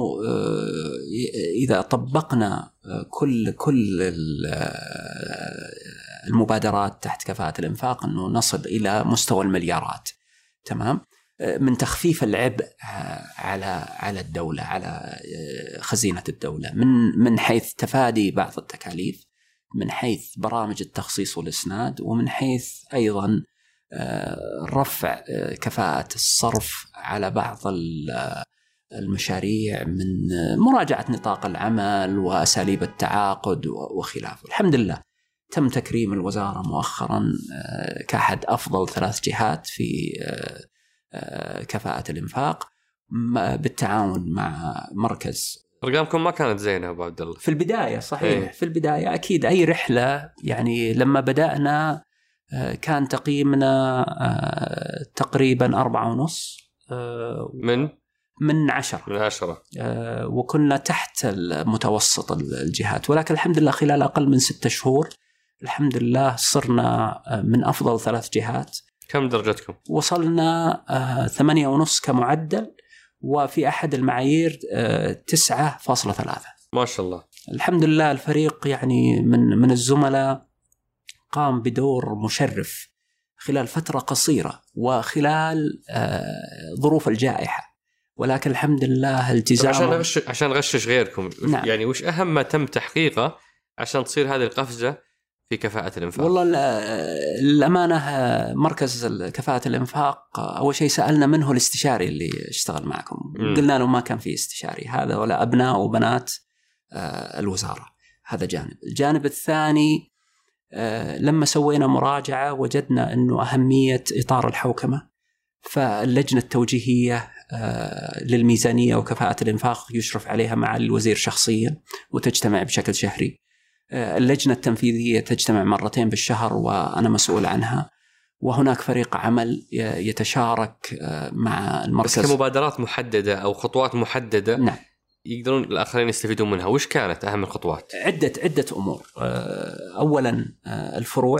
إذا طبقنا كل المبادرات تحت كفاءة الإنفاق أنه نصل إلى مستوى المليارات. تمام. من تخفيف العبء على الدولة، على خزينة الدولة، من حيث تفادي بعض التكاليف، من حيث برامج التخصيص والإسناد، ومن حيث أيضا رفع كفاءة الصرف على بعض المشاريع، من مراجعة نطاق العمل وأساليب التعاقد وخلافه. الحمد لله تم تكريم الوزارة مؤخرا كأحد أفضل 3 جهات في كفاءة الإنفاق بالتعاون مع مركز. أرقامكم ما كانت زينة أبو عبد الله في البداية، صحيح. في البداية أكيد أي رحلة، يعني لما بدأنا كان تقييمنا تقريبا 4.5 من 10. وكنا تحت المتوسط الجهات، ولكن الحمد لله خلال أقل من 6 شهور الحمد لله صرنا من أفضل 3 جهات. كم درجتكم؟ وصلنا 8.5 كمعدل، وفي أحد المعايير 9.3. ما شاء الله. الحمد لله الفريق يعني من الزملاء قام بدور مشرف خلال فترة قصيرة وخلال ظروف الجائحة، ولكن الحمد لله التزام. عشان غشش غيركم. نعم. يعني وش أهم ما تم تحقيقه عشان تصير هذه القفزة في كفاءة الإنفاق؟ والله الأمانة مركز كفاءة الإنفاق أول شيء سألنا منه الاستشاري اللي اشتغل معكم. قلنا له ما كان في استشاري، هذا ولا أبناء وبنات الوزارة. هذا جانب. الجانب الثاني لما سوينا مراجعة وجدنا أنه أهمية إطار الحوكمة، فاللجنة التوجيهية للميزانية وكفاءة الإنفاق يشرف عليها مع الوزير شخصيا وتجتمع بشكل شهري. اللجنة التنفيذية تجتمع 2 مرات بالشهر وأنا مسؤول عنها، وهناك فريق عمل يتشارك مع المركز. بس كمبادرات محددة أو خطوات محددة. نعم. يقدرون الآخرين يستفيدون منها. وش كانت أهم الخطوات؟ عدة أمور. أولا الفروع.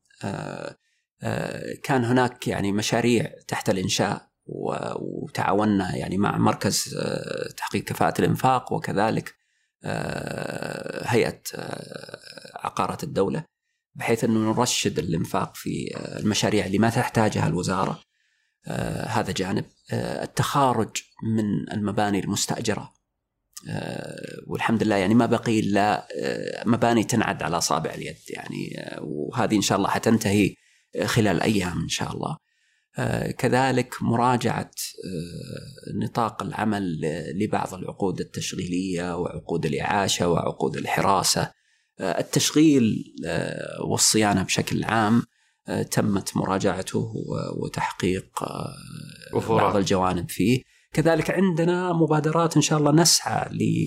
كان هناك يعني مشاريع تحت الإنشاء، وتعاوننا يعني مع مركز تحقيق كفاءة الإنفاق، وكذلك هيئة عقارات الدولة، بحيث أنه نرشد الإنفاق في المشاريع اللي ما تحتاجها الوزارة. هذا جانب. التخارج من المباني المستأجرة، والحمد لله يعني ما بقي إلا مباني تنعد على أصابع اليد يعني، وهذه إن شاء الله حتنتهي خلال أيام إن شاء الله. كذلك مراجعة نطاق العمل لبعض العقود التشغيلية وعقود الإعاشة وعقود الحراسة. التشغيل والصيانة بشكل عام تمت مراجعته وتحقيق بعض الجوانب فيه. كذلك عندنا مبادرات إن شاء الله نسعى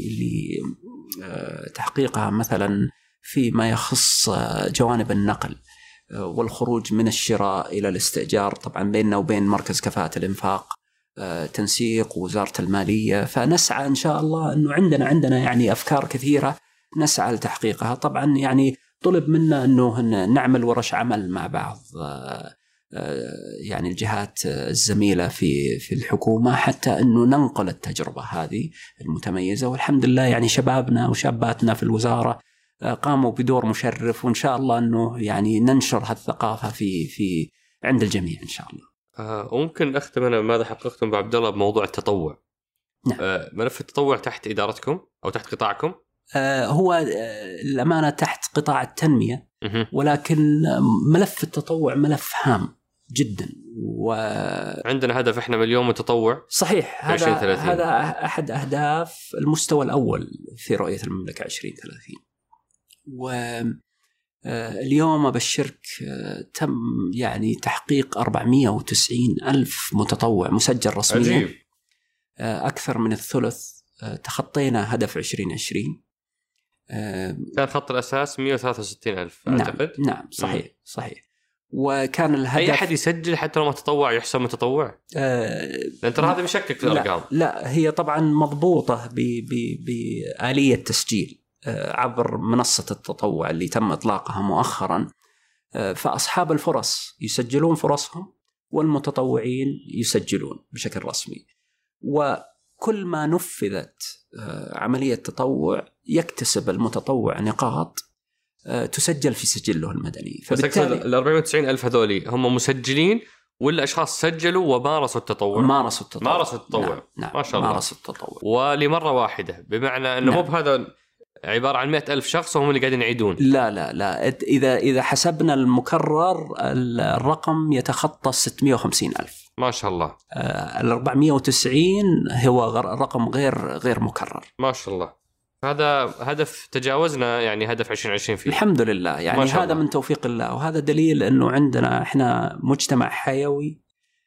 لتحقيقها، مثلا فيما يخص جوانب النقل والخروج من الشراء إلى الاستئجار، طبعا بيننا وبين مركز كفاءة الإنفاق تنسيق وزارة المالية. فنسعى إن شاء الله أنه عندنا يعني أفكار كثيرة نسعى لتحقيقها. طبعا يعني طلب منا أنه نعمل ورش عمل مع بعض يعني الجهات الزميلة في الحكومة، حتى أنه ننقل التجربة هذه المتميزة. والحمد لله يعني شبابنا وشاباتنا في الوزارة قاموا بدور مشرف، وإن شاء الله أنه يعني ننشر هالثقافة في عند الجميع إن شاء الله. وممكن أختم أنا ماذا حققتم بعبد الله بموضوع التطوع؟ نعم. ملف التطوع تحت إدارتكم أو تحت قطاعكم؟ هو الأمانة تحت قطاع التنمية، ولكن ملف التطوع ملف هام جدا، عندنا هدف إحنا مليون متطوع. صحيح. هذا أحد أهداف المستوى الأول في رؤية المملكة 2030. واليوم أبشرك تم يعني تحقيق 490,000 متطوع مسجل رسميا. عجيب. أكثر من الثلث. تخطينا هدف 2020. كان خط الأساس 163,000 أعتقد. نعم صحيح. وكان الهدف أي أحد يسجل حتى لو ما تطوع يحسب متطوع. لأن ترى هذا بيشكك في الأرقام. لا هي طبعا مضبوطة بآلية تسجيل عبر منصة التطوع اللي تم إطلاقها مؤخرا. فأصحاب الفرص يسجلون فرصهم، والمتطوعين يسجلون بشكل رسمي. وكل ما نفذت عملية تطوع يكتسب المتطوع نقاط تسجل في سجله المدني. فبالتالي ال 490 ألف هذولي هم مسجلين ولا أشخاص سجلوا ومارسوا التطوع؟ مارسوا التطوع. نعم. ما شاء الله. مارسوا التطوع ولمرة واحدة، بمعنى أنه مو بهذا عبارة عن 100 ألف شخص وهم اللي قاعدين يعيدون. لا إذا حسبنا المكرر الرقم يتخطى 650 ألف. ما شاء الله. ال 490 هو رقم غير مكرر. ما شاء الله. هذا هدف تجاوزنا، يعني هدف 2020 فيه الحمد لله. يعني هذا الله. من توفيق الله، وهذا دليل أنه عندنا إحنا مجتمع حيوي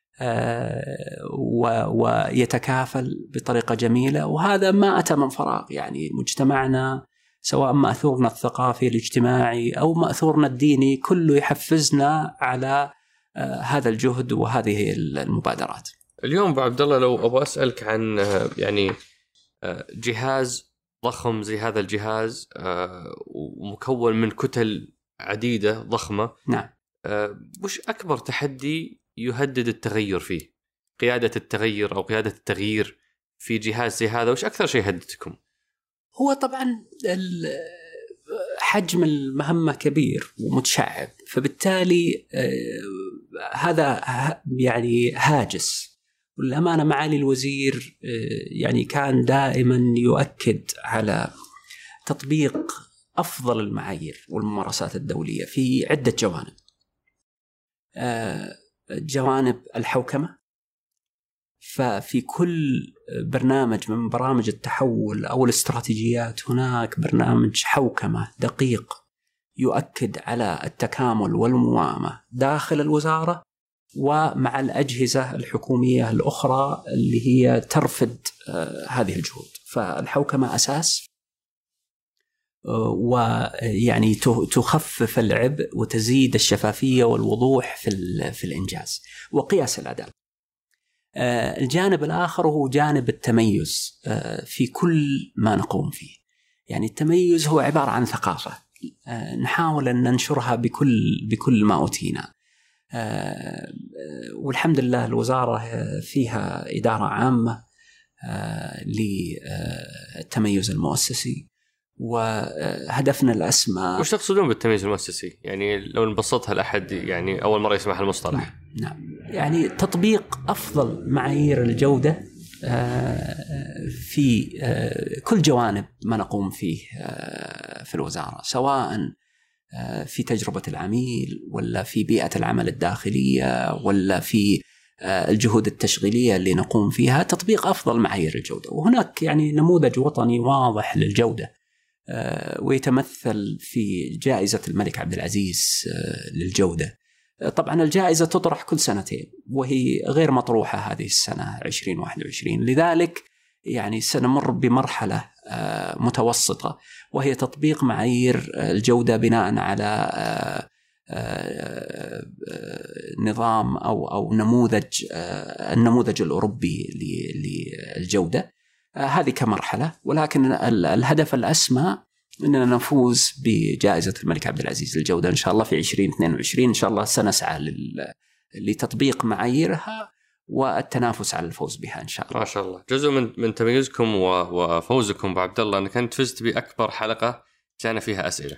ويتكافل بطريقة جميلة، وهذا ما أتى من فراغ. يعني مجتمعنا سواء مأثورنا الثقافي الاجتماعي أو مأثورنا الديني كله يحفزنا على هذا الجهد وهذه المبادرات. اليوم أبو عبد الله لو أبغى أسألك عن يعني جهاز ضخم زي هذا الجهاز ومكون من كتل عديدة ضخمة، نعم، وش أكبر تحدي يهدد التغير فيه؟ قيادة التغير أو قيادة التغيير في جهاز زي هذا، وش أكثر شيء يهددكم؟ هو طبعا حجم المهمة كبير ومتشعب، فبالتالي هذا يعني هاجس. والأمانة معالي الوزير يعني كان دائما يؤكد على تطبيق أفضل المعايير والممارسات الدولية في عدة جوانب. جوانب الحوكمة، ففي كل برنامج من برامج التحول أو الاستراتيجيات هناك برنامج حوكمة دقيق يؤكد على التكامل والموائمة داخل الوزارة ومع الأجهزة الحكومية الأخرى اللي هي ترفض هذه الجهود. فالحوكمة أساس، ويعني تخفف العبء وتزيد الشفافية والوضوح في الإنجاز وقياس الأداء. الجانب الآخر هو جانب التميز في كل ما نقوم فيه. يعني التميز هو عبارة عن ثقافة نحاول أن ننشرها بكل ما أوتينا. والحمد لله الوزارة فيها إدارة عامة للتميز المؤسسي، وهدفنا الأسمى. وش تقصدون بالتمييز المؤسسي؟ يعني لو نبسطها لأحد يعني أول مرة يسمع المصطلح. نعم، يعني تطبيق أفضل معايير الجودة في كل جوانب ما نقوم فيه في الوزارة، سواء في تجربة العميل ولا في بيئة العمل الداخلية ولا في الجهود التشغيلية اللي نقوم فيها. تطبيق أفضل معايير الجودة، وهناك يعني نموذج وطني واضح للجودة ويتمثل في جائزة الملك عبد العزيز للجودة. طبعا الجائزة تطرح كل سنتين وهي غير مطروحة هذه السنة 2021، لذلك يعني سنمر بمرحلة متوسطة وهي تطبيق معايير الجودة بناء على نظام أو النموذج الأوروبي للجودة. هذه كمرحلة، ولكن الهدف الأسمى أننا نفوز بجائزة الملك عبد العزيز للجودة إن شاء الله في 2022. إن شاء الله سنسعى لتطبيق معاييرها والتنافس على الفوز بها إن شاء الله. ما شاء الله. جزء من تميزكم وفوزكم أبو عبد الله أنك أنت فزت بأكبر حلقة كان فيها أسئلة.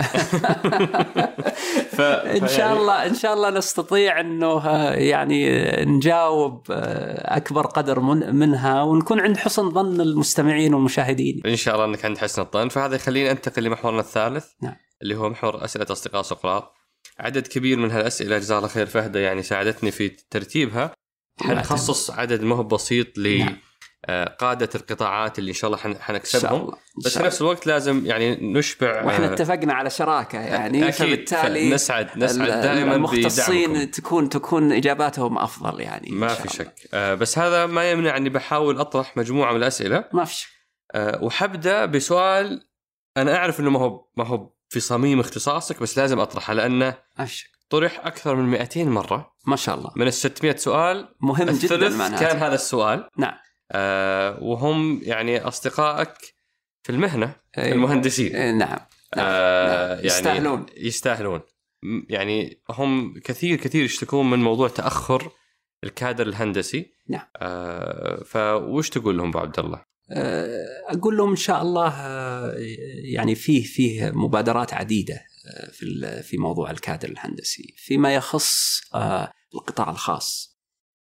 إن شاء الله نستطيع إنه يعني نجاوب أكبر قدر منها ونكون عند حسن ظن المستمعين والمشاهدين. إن شاء الله أنك عند حسن الظن. فهذا يخلينا ننتقل لمحورنا الثالث. نعم. اللي هو محور أسئلة أصدقاء سقراط. عدد كبير من هالأسئلة جزاها الله خير فهدة يعني ساعدتني في ترتيبها. حنخصص عدد ما هو بسيط قادة القطاعات اللي إن شاء الله حنكسبهم، بس في نفس الوقت لازم يعني نشبع. وإحنا اتفقنا على شراكة يعني، فبالتالي نسعد دائما المختصين تكون إجاباتهم أفضل يعني. ما في شك. بس هذا ما يمنع أني بحاول أطرح مجموعة من الأسئلة. ما في شك. وحبدأ بسؤال أنا أعرف أنه ما هو في صميم اختصاصك، بس لازم أطرحه لأنه طرح أكثر من 200 مرة. ما شاء الله. من 600 سؤال مهم جدا كان هذا السؤال. نعم. وهم يعني أصدقائك في المهنة المهندسين. نعم. يعني يستاهلون. يعني هم كثير يشتكون من موضوع تأخر الكادر الهندسي. نعم. فوش تقول لهم أبو عبد الله؟ أقول لهم إن شاء الله يعني فيه مبادرات عديدة في موضوع الكادر الهندسي. فيما يخص القطاع الخاص،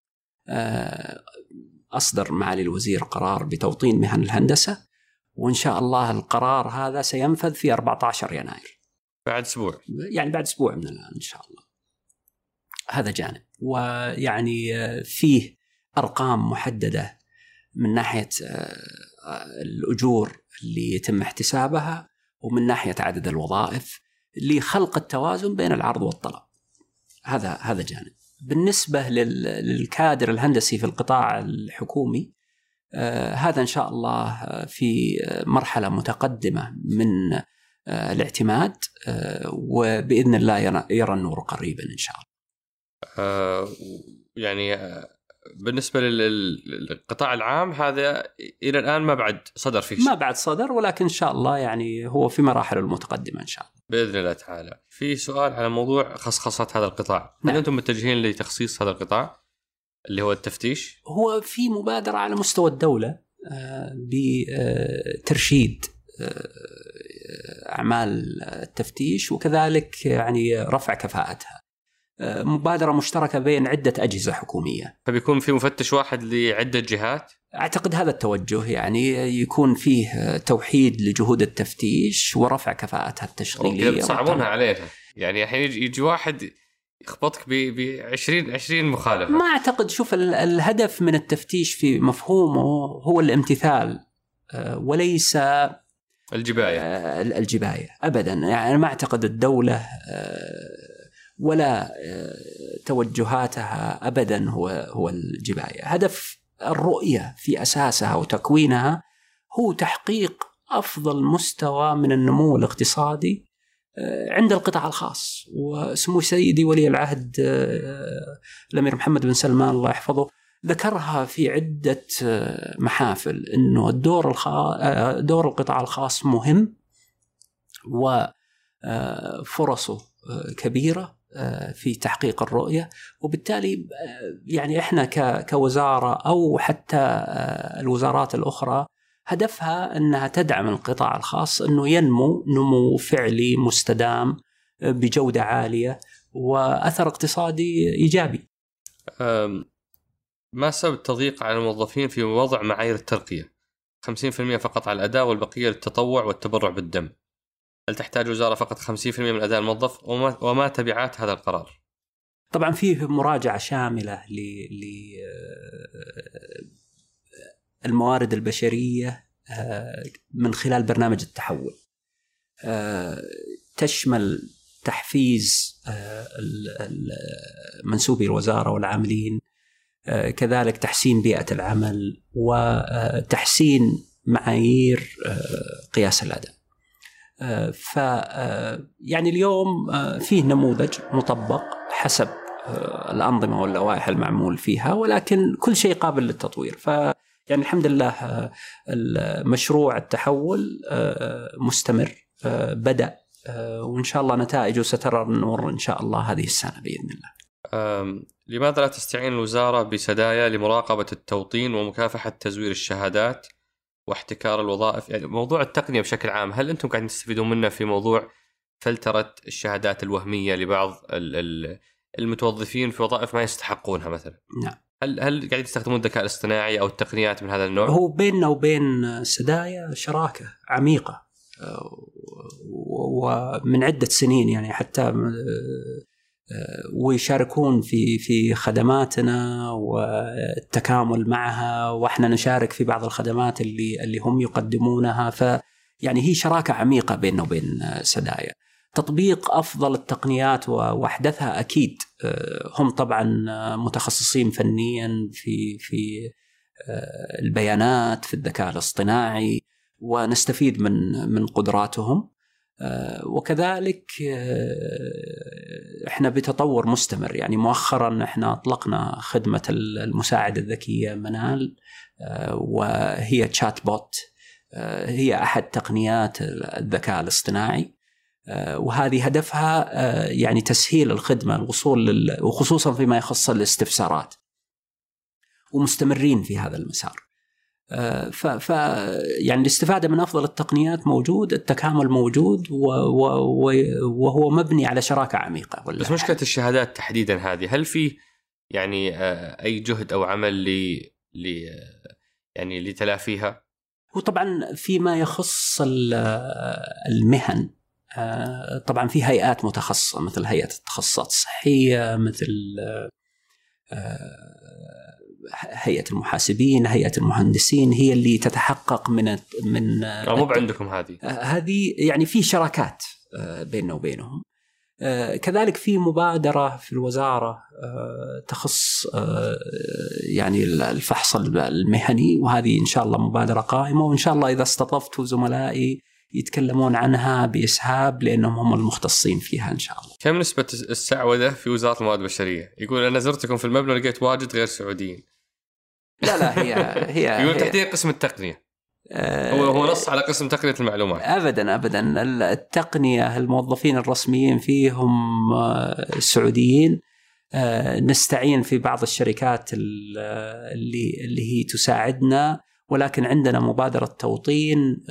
أصدر معالي الوزير قرار بتوطين مهن الهندسة، وإن شاء الله القرار هذا سينفذ في 14 يناير، بعد أسبوع، يعني بعد أسبوع من الآن إن شاء الله. هذا جانب، ويعني فيه أرقام محددة من ناحية الأجور اللي يتم احتسابها، ومن ناحية عدد الوظائف لخلق التوازن بين العرض والطلب. هذا جانب. بالنسبة للكادر الهندسي في القطاع الحكومي، هذا إن شاء الله في مرحلة متقدمة من الاعتماد، وبإذن الله يرى النور قريبا إن شاء الله. يعني بالنسبة للقطاع العام هذا إلى الآن ما بعد صدر فيه شيء. ما بعد صدر، ولكن إن شاء الله يعني هو في مراحل المتقدمة إن شاء الله بإذن الله تعالى. في سؤال على موضوع خصخصة هذا القطاع. نعم. هل أنتم متجهين لتخصيص هذا القطاع اللي هو التفتيش؟ هو في مبادرة على مستوى الدولة بترشيد أعمال التفتيش، وكذلك يعني رفع كفاءتها. مبادرة مشتركة بين عدة أجهزة حكومية، فبيكون في مفتش واحد لعدة جهات. أعتقد هذا التوجه، يعني يكون فيه توحيد لجهود التفتيش ورفع كفاءتها التشغيلية. بتصعبونها علينا، يعني الحين يجي واحد يخبطك ب20 مخالفة. ما أعتقد. شوف، الهدف من التفتيش في مفهومه هو الامتثال، وليس الجباية أبدا. يعني ما أعتقد الدولة ولا توجهاتها أبدا هو الجباية. هدف الرؤية في أساسها وتكوينها هو تحقيق أفضل مستوى من النمو الاقتصادي عند القطاع الخاص. وسمو سيدي ولي العهد الأمير محمد بن سلمان الله يحفظه ذكرها في عدة محافل، أنه دور القطاع الخاص مهم وفرصه كبيرة في تحقيق الرؤية. وبالتالي يعني إحنا كوزارة أو حتى الوزارات الأخرى هدفها أنها تدعم القطاع الخاص أنه ينمو نمو فعلي مستدام بجودة عالية وأثر اقتصادي إيجابي. ما سبب التضييق على الموظفين في وضع معايير الترقية؟ 50% فقط على الأداء والبقية للتطوع والتبرع بالدم. هل تحتاج وزارة فقط 50% من أداء الموظف؟ وما تبعات هذا القرار؟ طبعا فيه مراجعة شاملة للموارد البشرية من خلال برنامج التحول، تشمل تحفيز منسوبي الوزارة والعاملين، كذلك تحسين بيئة العمل وتحسين معايير قياس الأداء. يعني اليوم فيه نموذج مطبق حسب الأنظمة واللوائح المعمول فيها، ولكن كل شيء قابل للتطوير. يعني الحمد لله المشروع التحول مستمر، بدأ، وإن شاء الله نتائجه سترى النور إن شاء الله هذه السنة بإذن الله. لماذا لا تستعين الوزارة بسدايا لمراقبة التوطين ومكافحة تزوير الشهادات واحتكار الوظائف؟ يعني موضوع التقنية بشكل عام، هل أنتم قاعدين تستفيدون منه في موضوع فلترة الشهادات الوهمية لبعض المتوظفين في وظائف ما يستحقونها مثلا؟ نعم. هل قاعدين تستخدمون الذكاء الاصطناعي أو التقنيات من هذا النوع؟ هو بيننا وبين سدايا شراكة عميقة ومن عدة سنين، يعني حتى ويشاركون في خدماتنا والتكامل معها، وإحنا نشارك في بعض الخدمات اللي هم يقدمونها. فيعني هي شراكة عميقة بيننا وبين سدايا. تطبيق أفضل التقنيات وأحدثها أكيد، هم طبعا متخصصين فنيا في البيانات، في الذكاء الاصطناعي، ونستفيد من قدراتهم. وكذلك احنا بتطور مستمر. يعني مؤخرا احنا اطلقنا خدمة المساعدة الذكية منال، وهي تشات بوت، هي احد تقنيات الذكاء الاصطناعي، وهذه هدفها يعني تسهيل الخدمة، الوصول وخصوصا فيما يخص الاستفسارات، ومستمرين في هذا المسار. يعني الاستفادة من أفضل التقنيات موجود، التكامل موجود، وهو مبني على شراكة عميقة. بس مشكلة الشهادات تحديدا هذه، هل في يعني أي جهد أو عمل يعني لتلافيها؟ وطبعا فيما يخص المهن، طبعا في هيئات متخصصة مثل هيئة التخصصات الصحية، مثل هيئة المحاسبين، هيئة المهندسين، هي اللي تتحقق من مو عندكم هذه يعني في شراكات بيننا وبينهم. كذلك في مبادرة في الوزارة تخص يعني الفحص المهني، وهذه إن شاء الله مبادرة قائمة، وإن شاء الله إذا استضفت زملائي يتكلمون عنها بإسهاب لأنهم هم المختصين فيها إن شاء الله. كم نسبة السعودة في وزارة الموارد البشرية؟ يقول أنا زرتكم في المبنى لقيت واجد غير سعوديين. لا هي يقول تحديد قسم التقنية. هو نص على قسم تقنية المعلومات. أبدا التقنية الموظفين الرسميين فيهم السعوديين. نستعين في بعض الشركات اللي هي تساعدنا، ولكن عندنا مبادرة توطين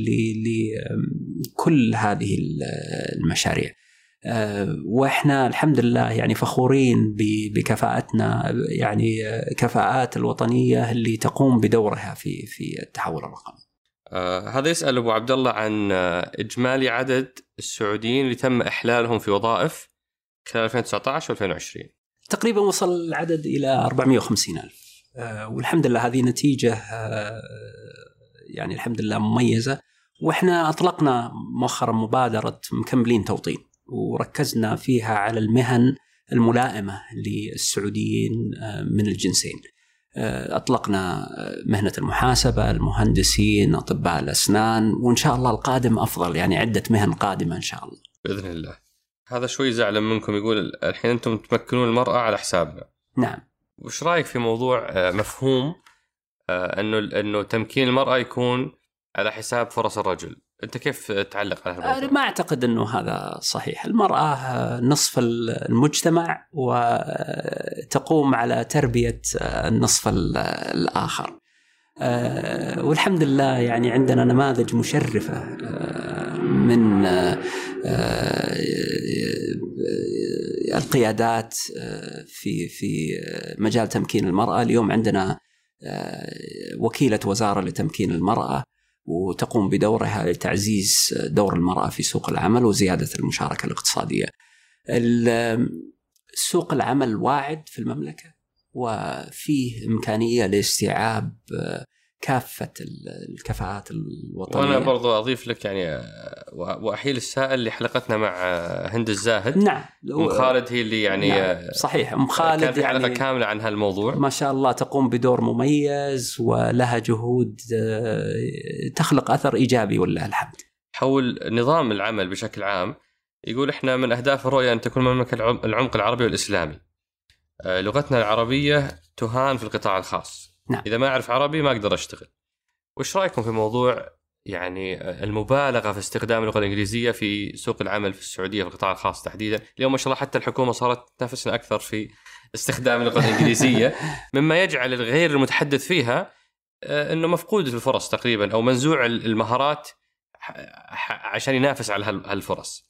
لكل هذه المشاريع، وإحنا الحمد لله يعني فخورين بكفاءتنا، يعني كفاءات الوطنية اللي تقوم بدورها في التحول الرقمي. هذا يسأل أبو عبد الله عن إجمالي عدد السعوديين اللي تم إحلالهم في وظائف خلال 2019 و2020. تقريبا وصل العدد إلى 450,000، والحمد لله هذه نتيجة يعني الحمد لله مميزة. وإحنا أطلقنا مؤخرا مبادرة مكملين توطين، وركزنا فيها على المهن الملائمة للسعوديين من الجنسين. أطلقنا مهنة المحاسبة، المهندسين، أطباء الأسنان، وإن شاء الله القادم أفضل، يعني عدة مهن قادمة إن شاء الله بإذن الله. هذا شوي زعل منكم، يقول الحين أنتم تمكنون المرأة على حسابنا. نعم. وش رأيك في موضوع مفهوم أنه تمكين المرأة يكون على حساب فرص الرجل؟ أنت كيف تعلق على هذا الموضوع؟ ما أعتقد أنه هذا صحيح. المرأة نصف المجتمع وتقوم على تربية النصف الآخر، والحمد لله يعني عندنا نماذج مشرفة من القيادات في مجال تمكين المرأة. اليوم عندنا وكيلة وزارة لتمكين المرأة، وتقوم بدورها لتعزيز دور المرأة في سوق العمل وزيادة المشاركة الاقتصادية. سوق العمل واعد في المملكة، وفيه إمكانية لاستيعاب كافة الكفاءات الوطنية. وأنا برضو أضيف لك يعني وأحيل السائل لحلقتنا مع هند الزاهد. نعم. خالد هي اللي يعني نعم. صحيح. خالد كان في حلقة يعني كاملة عن هالموضوع، ما شاء الله تقوم بدور مميز ولها جهود تخلق أثر إيجابي والله الحمد. حول نظام العمل بشكل عام، يقول إحنا من أهداف الرؤية أن تكون المملكة العمق العربي والإسلامي. لغتنا العربية تهان في القطاع الخاص. نعم. إذا ما أعرف عربي ما أقدر أشتغل. وش رأيكم في موضوع يعني المبالغة في استخدام اللغة الإنجليزية في سوق العمل في السعودية في القطاع الخاص تحديدا؟ اليوم ما شاء الله حتى الحكومة صارت تنافسنا أكثر في استخدام اللغة الإنجليزية، مما يجعل الغير المتحدث فيها أنه مفقود الفرص تقريبا، أو منزوع المهارات عشان ينافس على هالفرص.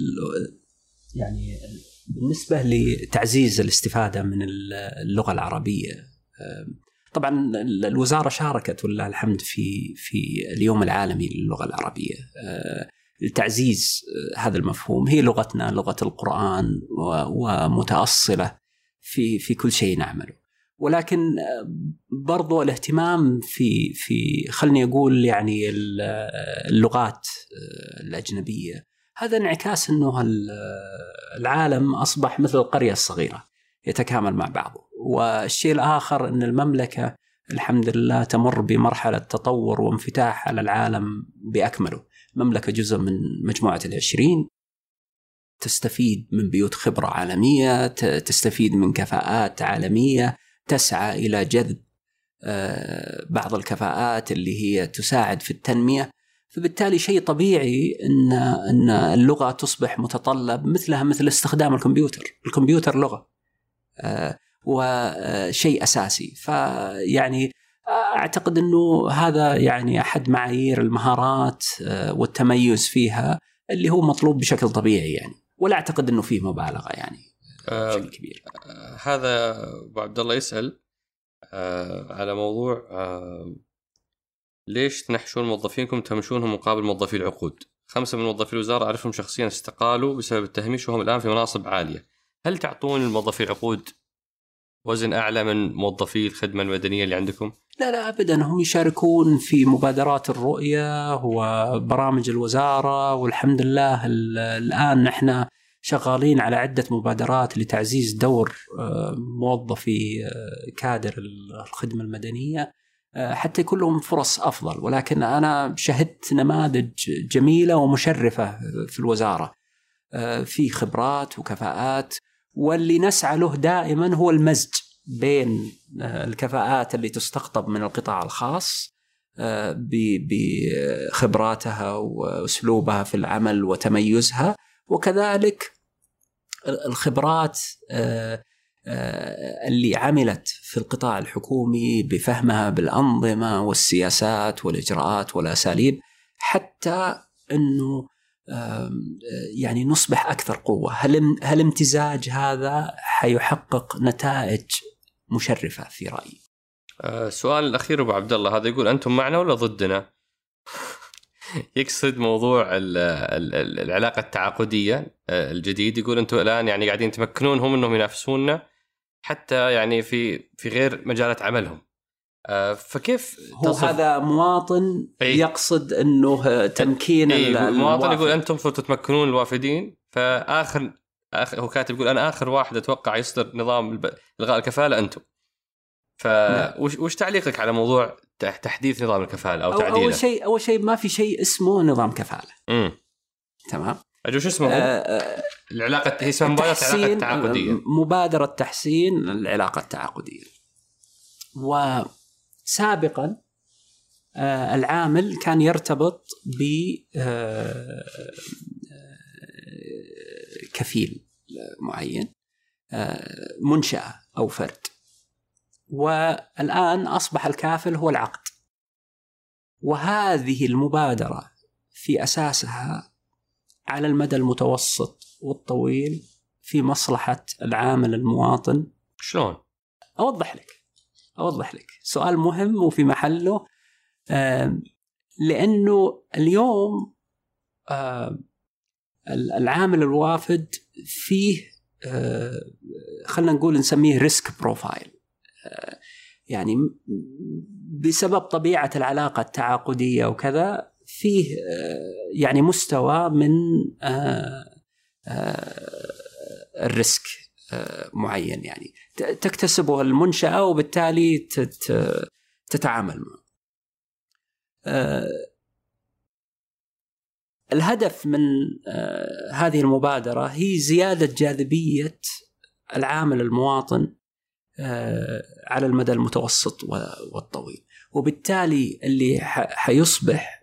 يعني بالنسبة لتعزيز الاستفادة من اللغة العربية، طبعا الوزارة شاركت ولله الحمد في اليوم العالمي للغة العربية لتعزيز هذا المفهوم. هي لغتنا، لغة القرآن، ومتأصلة في كل شيء نعمله، ولكن برضو الاهتمام في خلني أقول يعني اللغات الأجنبية، هذا انعكاس أنه العالم أصبح مثل القرية الصغيرة يتكامل مع بعضه. والشيء الآخر أن المملكة الحمد لله تمر بمرحلة تطور وانفتاح على العالم بأكمله. مملكة جزء من مجموعة 20، تستفيد من بيوت خبرة عالمية، تستفيد من كفاءات عالمية، تسعى إلى جذب بعض الكفاءات اللي هي تساعد في التنمية. فبالتالي شيء طبيعي أن اللغة تصبح متطلب مثلها مثل استخدام الكمبيوتر لغة، وشيء أساسي. فيعني أعتقد أنه هذا يعني أحد معايير المهارات والتميز فيها اللي هو مطلوب بشكل طبيعي يعني، ولا أعتقد أنه فيه مبالغة يعني بشكل كبير. هذا أبو عبد الله يسأل على موضوع ليش تنحشون موظفينكم تهمشونهم مقابل موظفي العقود؟ 5 من موظفي الوزارة أعرفهم شخصيا استقالوا بسبب التهميش وهم الآن في مناصب عالية. هل تعطون الموظفي العقود وزن أعلى من موظفي الخدمة المدنية اللي عندكم؟ لا أبدا، هم يشاركون في مبادرات الرؤية وبرامج الوزارة، والحمد لله الآن نحن شغالين على عدة مبادرات لتعزيز دور موظفي كادر الخدمة المدنية حتى يكون لهم فرص أفضل. ولكن أنا شهدت نماذج جميلة ومشرفة في الوزارة في خبرات وكفاءات، واللي نسعى له دائما هو المزج بين الكفاءات اللي تستقطب من القطاع الخاص بخبراتها وأسلوبها في العمل وتميزها، وكذلك الخبرات اللي عملت في القطاع الحكومي بفهمها بالأنظمة والسياسات والإجراءات والأساليب، حتى أنه يعني نصبح أكثر قوة. هل امتزاج هذا حيحقق نتائج مشرفة في رأيي؟ السؤال الأخير أبو عبد الله، هذا يقول أنتم معنا ولا ضدنا؟ يقصد موضوع العلاقة التعاقدية الجديد. يقول أنتم الآن يعني قاعدين تمكنونهم أنهم ينافسوننا حتى يعني في غير مجالات عملهم. فكيف هو هذا مواطن يقصد أنه تمكين المواطن يقول أنتم تتمكنون الوافدين. فآخر هو كاتب يقول أنا آخر واحد أتوقع يصدر نظام إلغاء الكفالة أنتم. وش تعليقك على موضوع تحديث نظام الكفالة أو تعديله؟ أول شيء ما في شيء اسمه نظام كفالة. تمام. أجل شو اسمه؟ العلاقة هي اسمها مبادرة العلاقة التعاقدية. مبادرة تحسين العلاقة التعاقدية. وسابقا العامل كان يرتبط بكفيل معين، منشأة أو فرد، والآن أصبح الكافل هو العقد. وهذه المبادرة في أساسها على المدى المتوسط والطويل في مصلحة العامل المواطن. شلون؟ أوضح لك سؤال مهم وفي محله، لأنه اليوم العامل الوافد فيه خلنا نقول نسميه ريسك بروفايل، يعني بسبب طبيعة العلاقة التعاقدية وكذا فيه يعني مستوى من الريسك معين يعني تكتسبه المنشأة وبالتالي تتعامل معه. الهدف من هذه المبادرة هي زيادة جاذبية العامل المواطن على المدى المتوسط والطويل، وبالتالي اللي حيصبح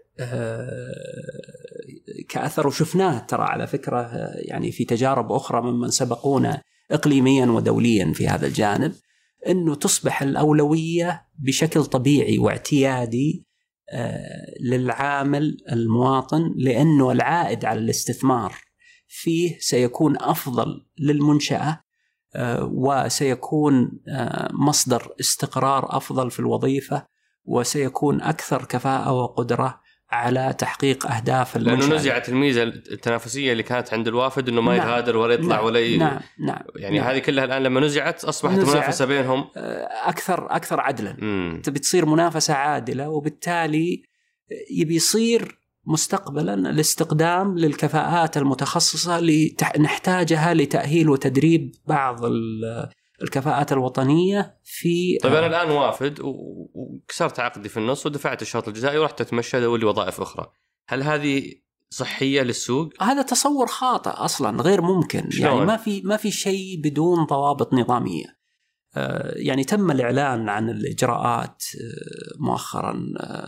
كأثر، وشفناه ترى على فكرة يعني في تجارب أخرى ممن سبقونا إقليميا ودوليا في هذا الجانب، أنه تصبح الأولوية بشكل طبيعي واعتيادي للعامل المواطن، لأنه العائد على الاستثمار فيه سيكون أفضل للمنشأة، وسيكون مصدر استقرار أفضل في الوظيفة، وسيكون أكثر كفاءة وقدرة على تحقيق أهداف المنشأة. لأنه نزعت الميزة التنافسية اللي كانت عند الوافد أنه ما يغادر ولا يطلع ولا نعم. يعني هذه كلها الآن لما نزعت أصبحت منافسة بينهم أكثر عدلا. تبي تصير منافسة عادلة، وبالتالي يبي يصير مستقبلا الاستقدام للكفاءات المتخصصة اللي نحتاجها لتأهيل وتدريب بعض الكفاءات الوطنية في. طيب أنا الآن وافد وكسرت عقدي في النص ودفعت الشرط الجزائي ورحت أتمشى أدور وظائف أخرى، هل هذه صحية للسوق؟ هذا تصور خاطئ أصلا، غير ممكن. شلون؟ يعني ما في شيء بدون ضوابط نظامية. يعني تم الإعلان عن الإجراءات مؤخرا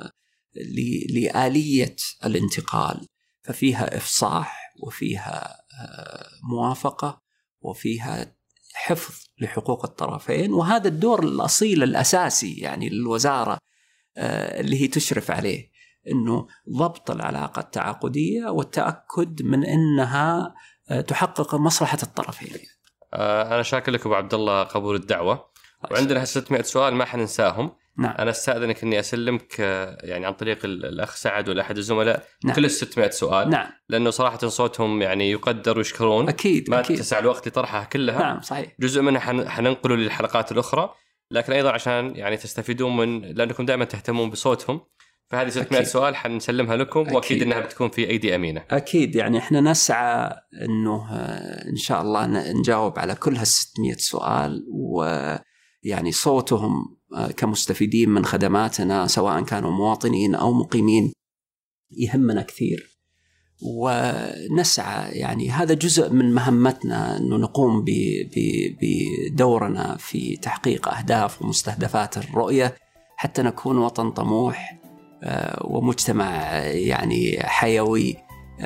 لآلية الانتقال، ففيها إفصاح وفيها موافقة وفيها حفظ لحقوق الطرفين، وهذا الدور الأصيل الأساسي يعني للوزارة اللي هي تشرف عليه، أنه ضبط العلاقة التعاقدية والتأكد من أنها تحقق مصلحة الطرفين. أنا شاكر لك أبو عبد الله قبول الدعوة، وعندنا 600 سؤال ما حننساهم. نعم. أنا أستأذنك أني أسلمك يعني عن طريق الأخ سعد ولا أحد الزملاء نعم. كل 600 سؤال. نعم. لأنه صراحة صوتهم يعني يقدر ويشكرون. أكيد. ما أكيد. تسع الوقت لطرحها كلها. نعم صحيح. جزء منها حننقله للحلقات الأخرى، لكن أيضا عشان يعني تستفيدون من، لأنكم دائما تهتمون بصوتهم، فهذه 600 سؤال حنسلمها لكم. أكيد. وأكيد أنها بتكون في أيدي أمينة. أكيد، يعني إحنا نسعى أنه إن شاء الله نجاوب على كل هال600 سؤال، ويعني صوتهم كمستفيدين من خدماتنا سواء كانوا مواطنين أو مقيمين يهمنا كثير، ونسعى يعني هذا جزء من مهمتنا أنه نقوم بدورنا في تحقيق أهداف ومستهدفات الرؤية حتى نكون وطن طموح ومجتمع يعني حيوي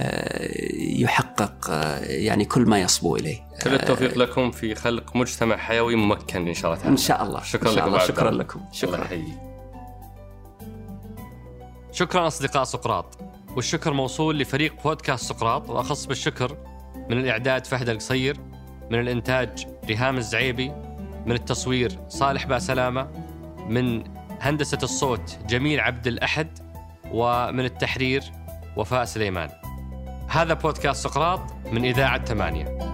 يحقق يعني كل ما يصبو إليه. كل التوفيق لكم في خلق مجتمع حيوي ممكن إن شاء الله تعالى. إن شاء الله. شكرا لكم. شكرا لكم. شكرا. شكرا أصدقاء سقراط، والشكر موصول لفريق بودكاست سقراط، وأخص بالشكر من الإعداد فهد القصير، من الإنتاج ريهام الزعيبي، من التصوير صالح باسلامة، من هندسة الصوت جميل عبد الأحد، ومن التحرير وفاء سليمان. هذا بودكاست سقراط من إذاعة 8.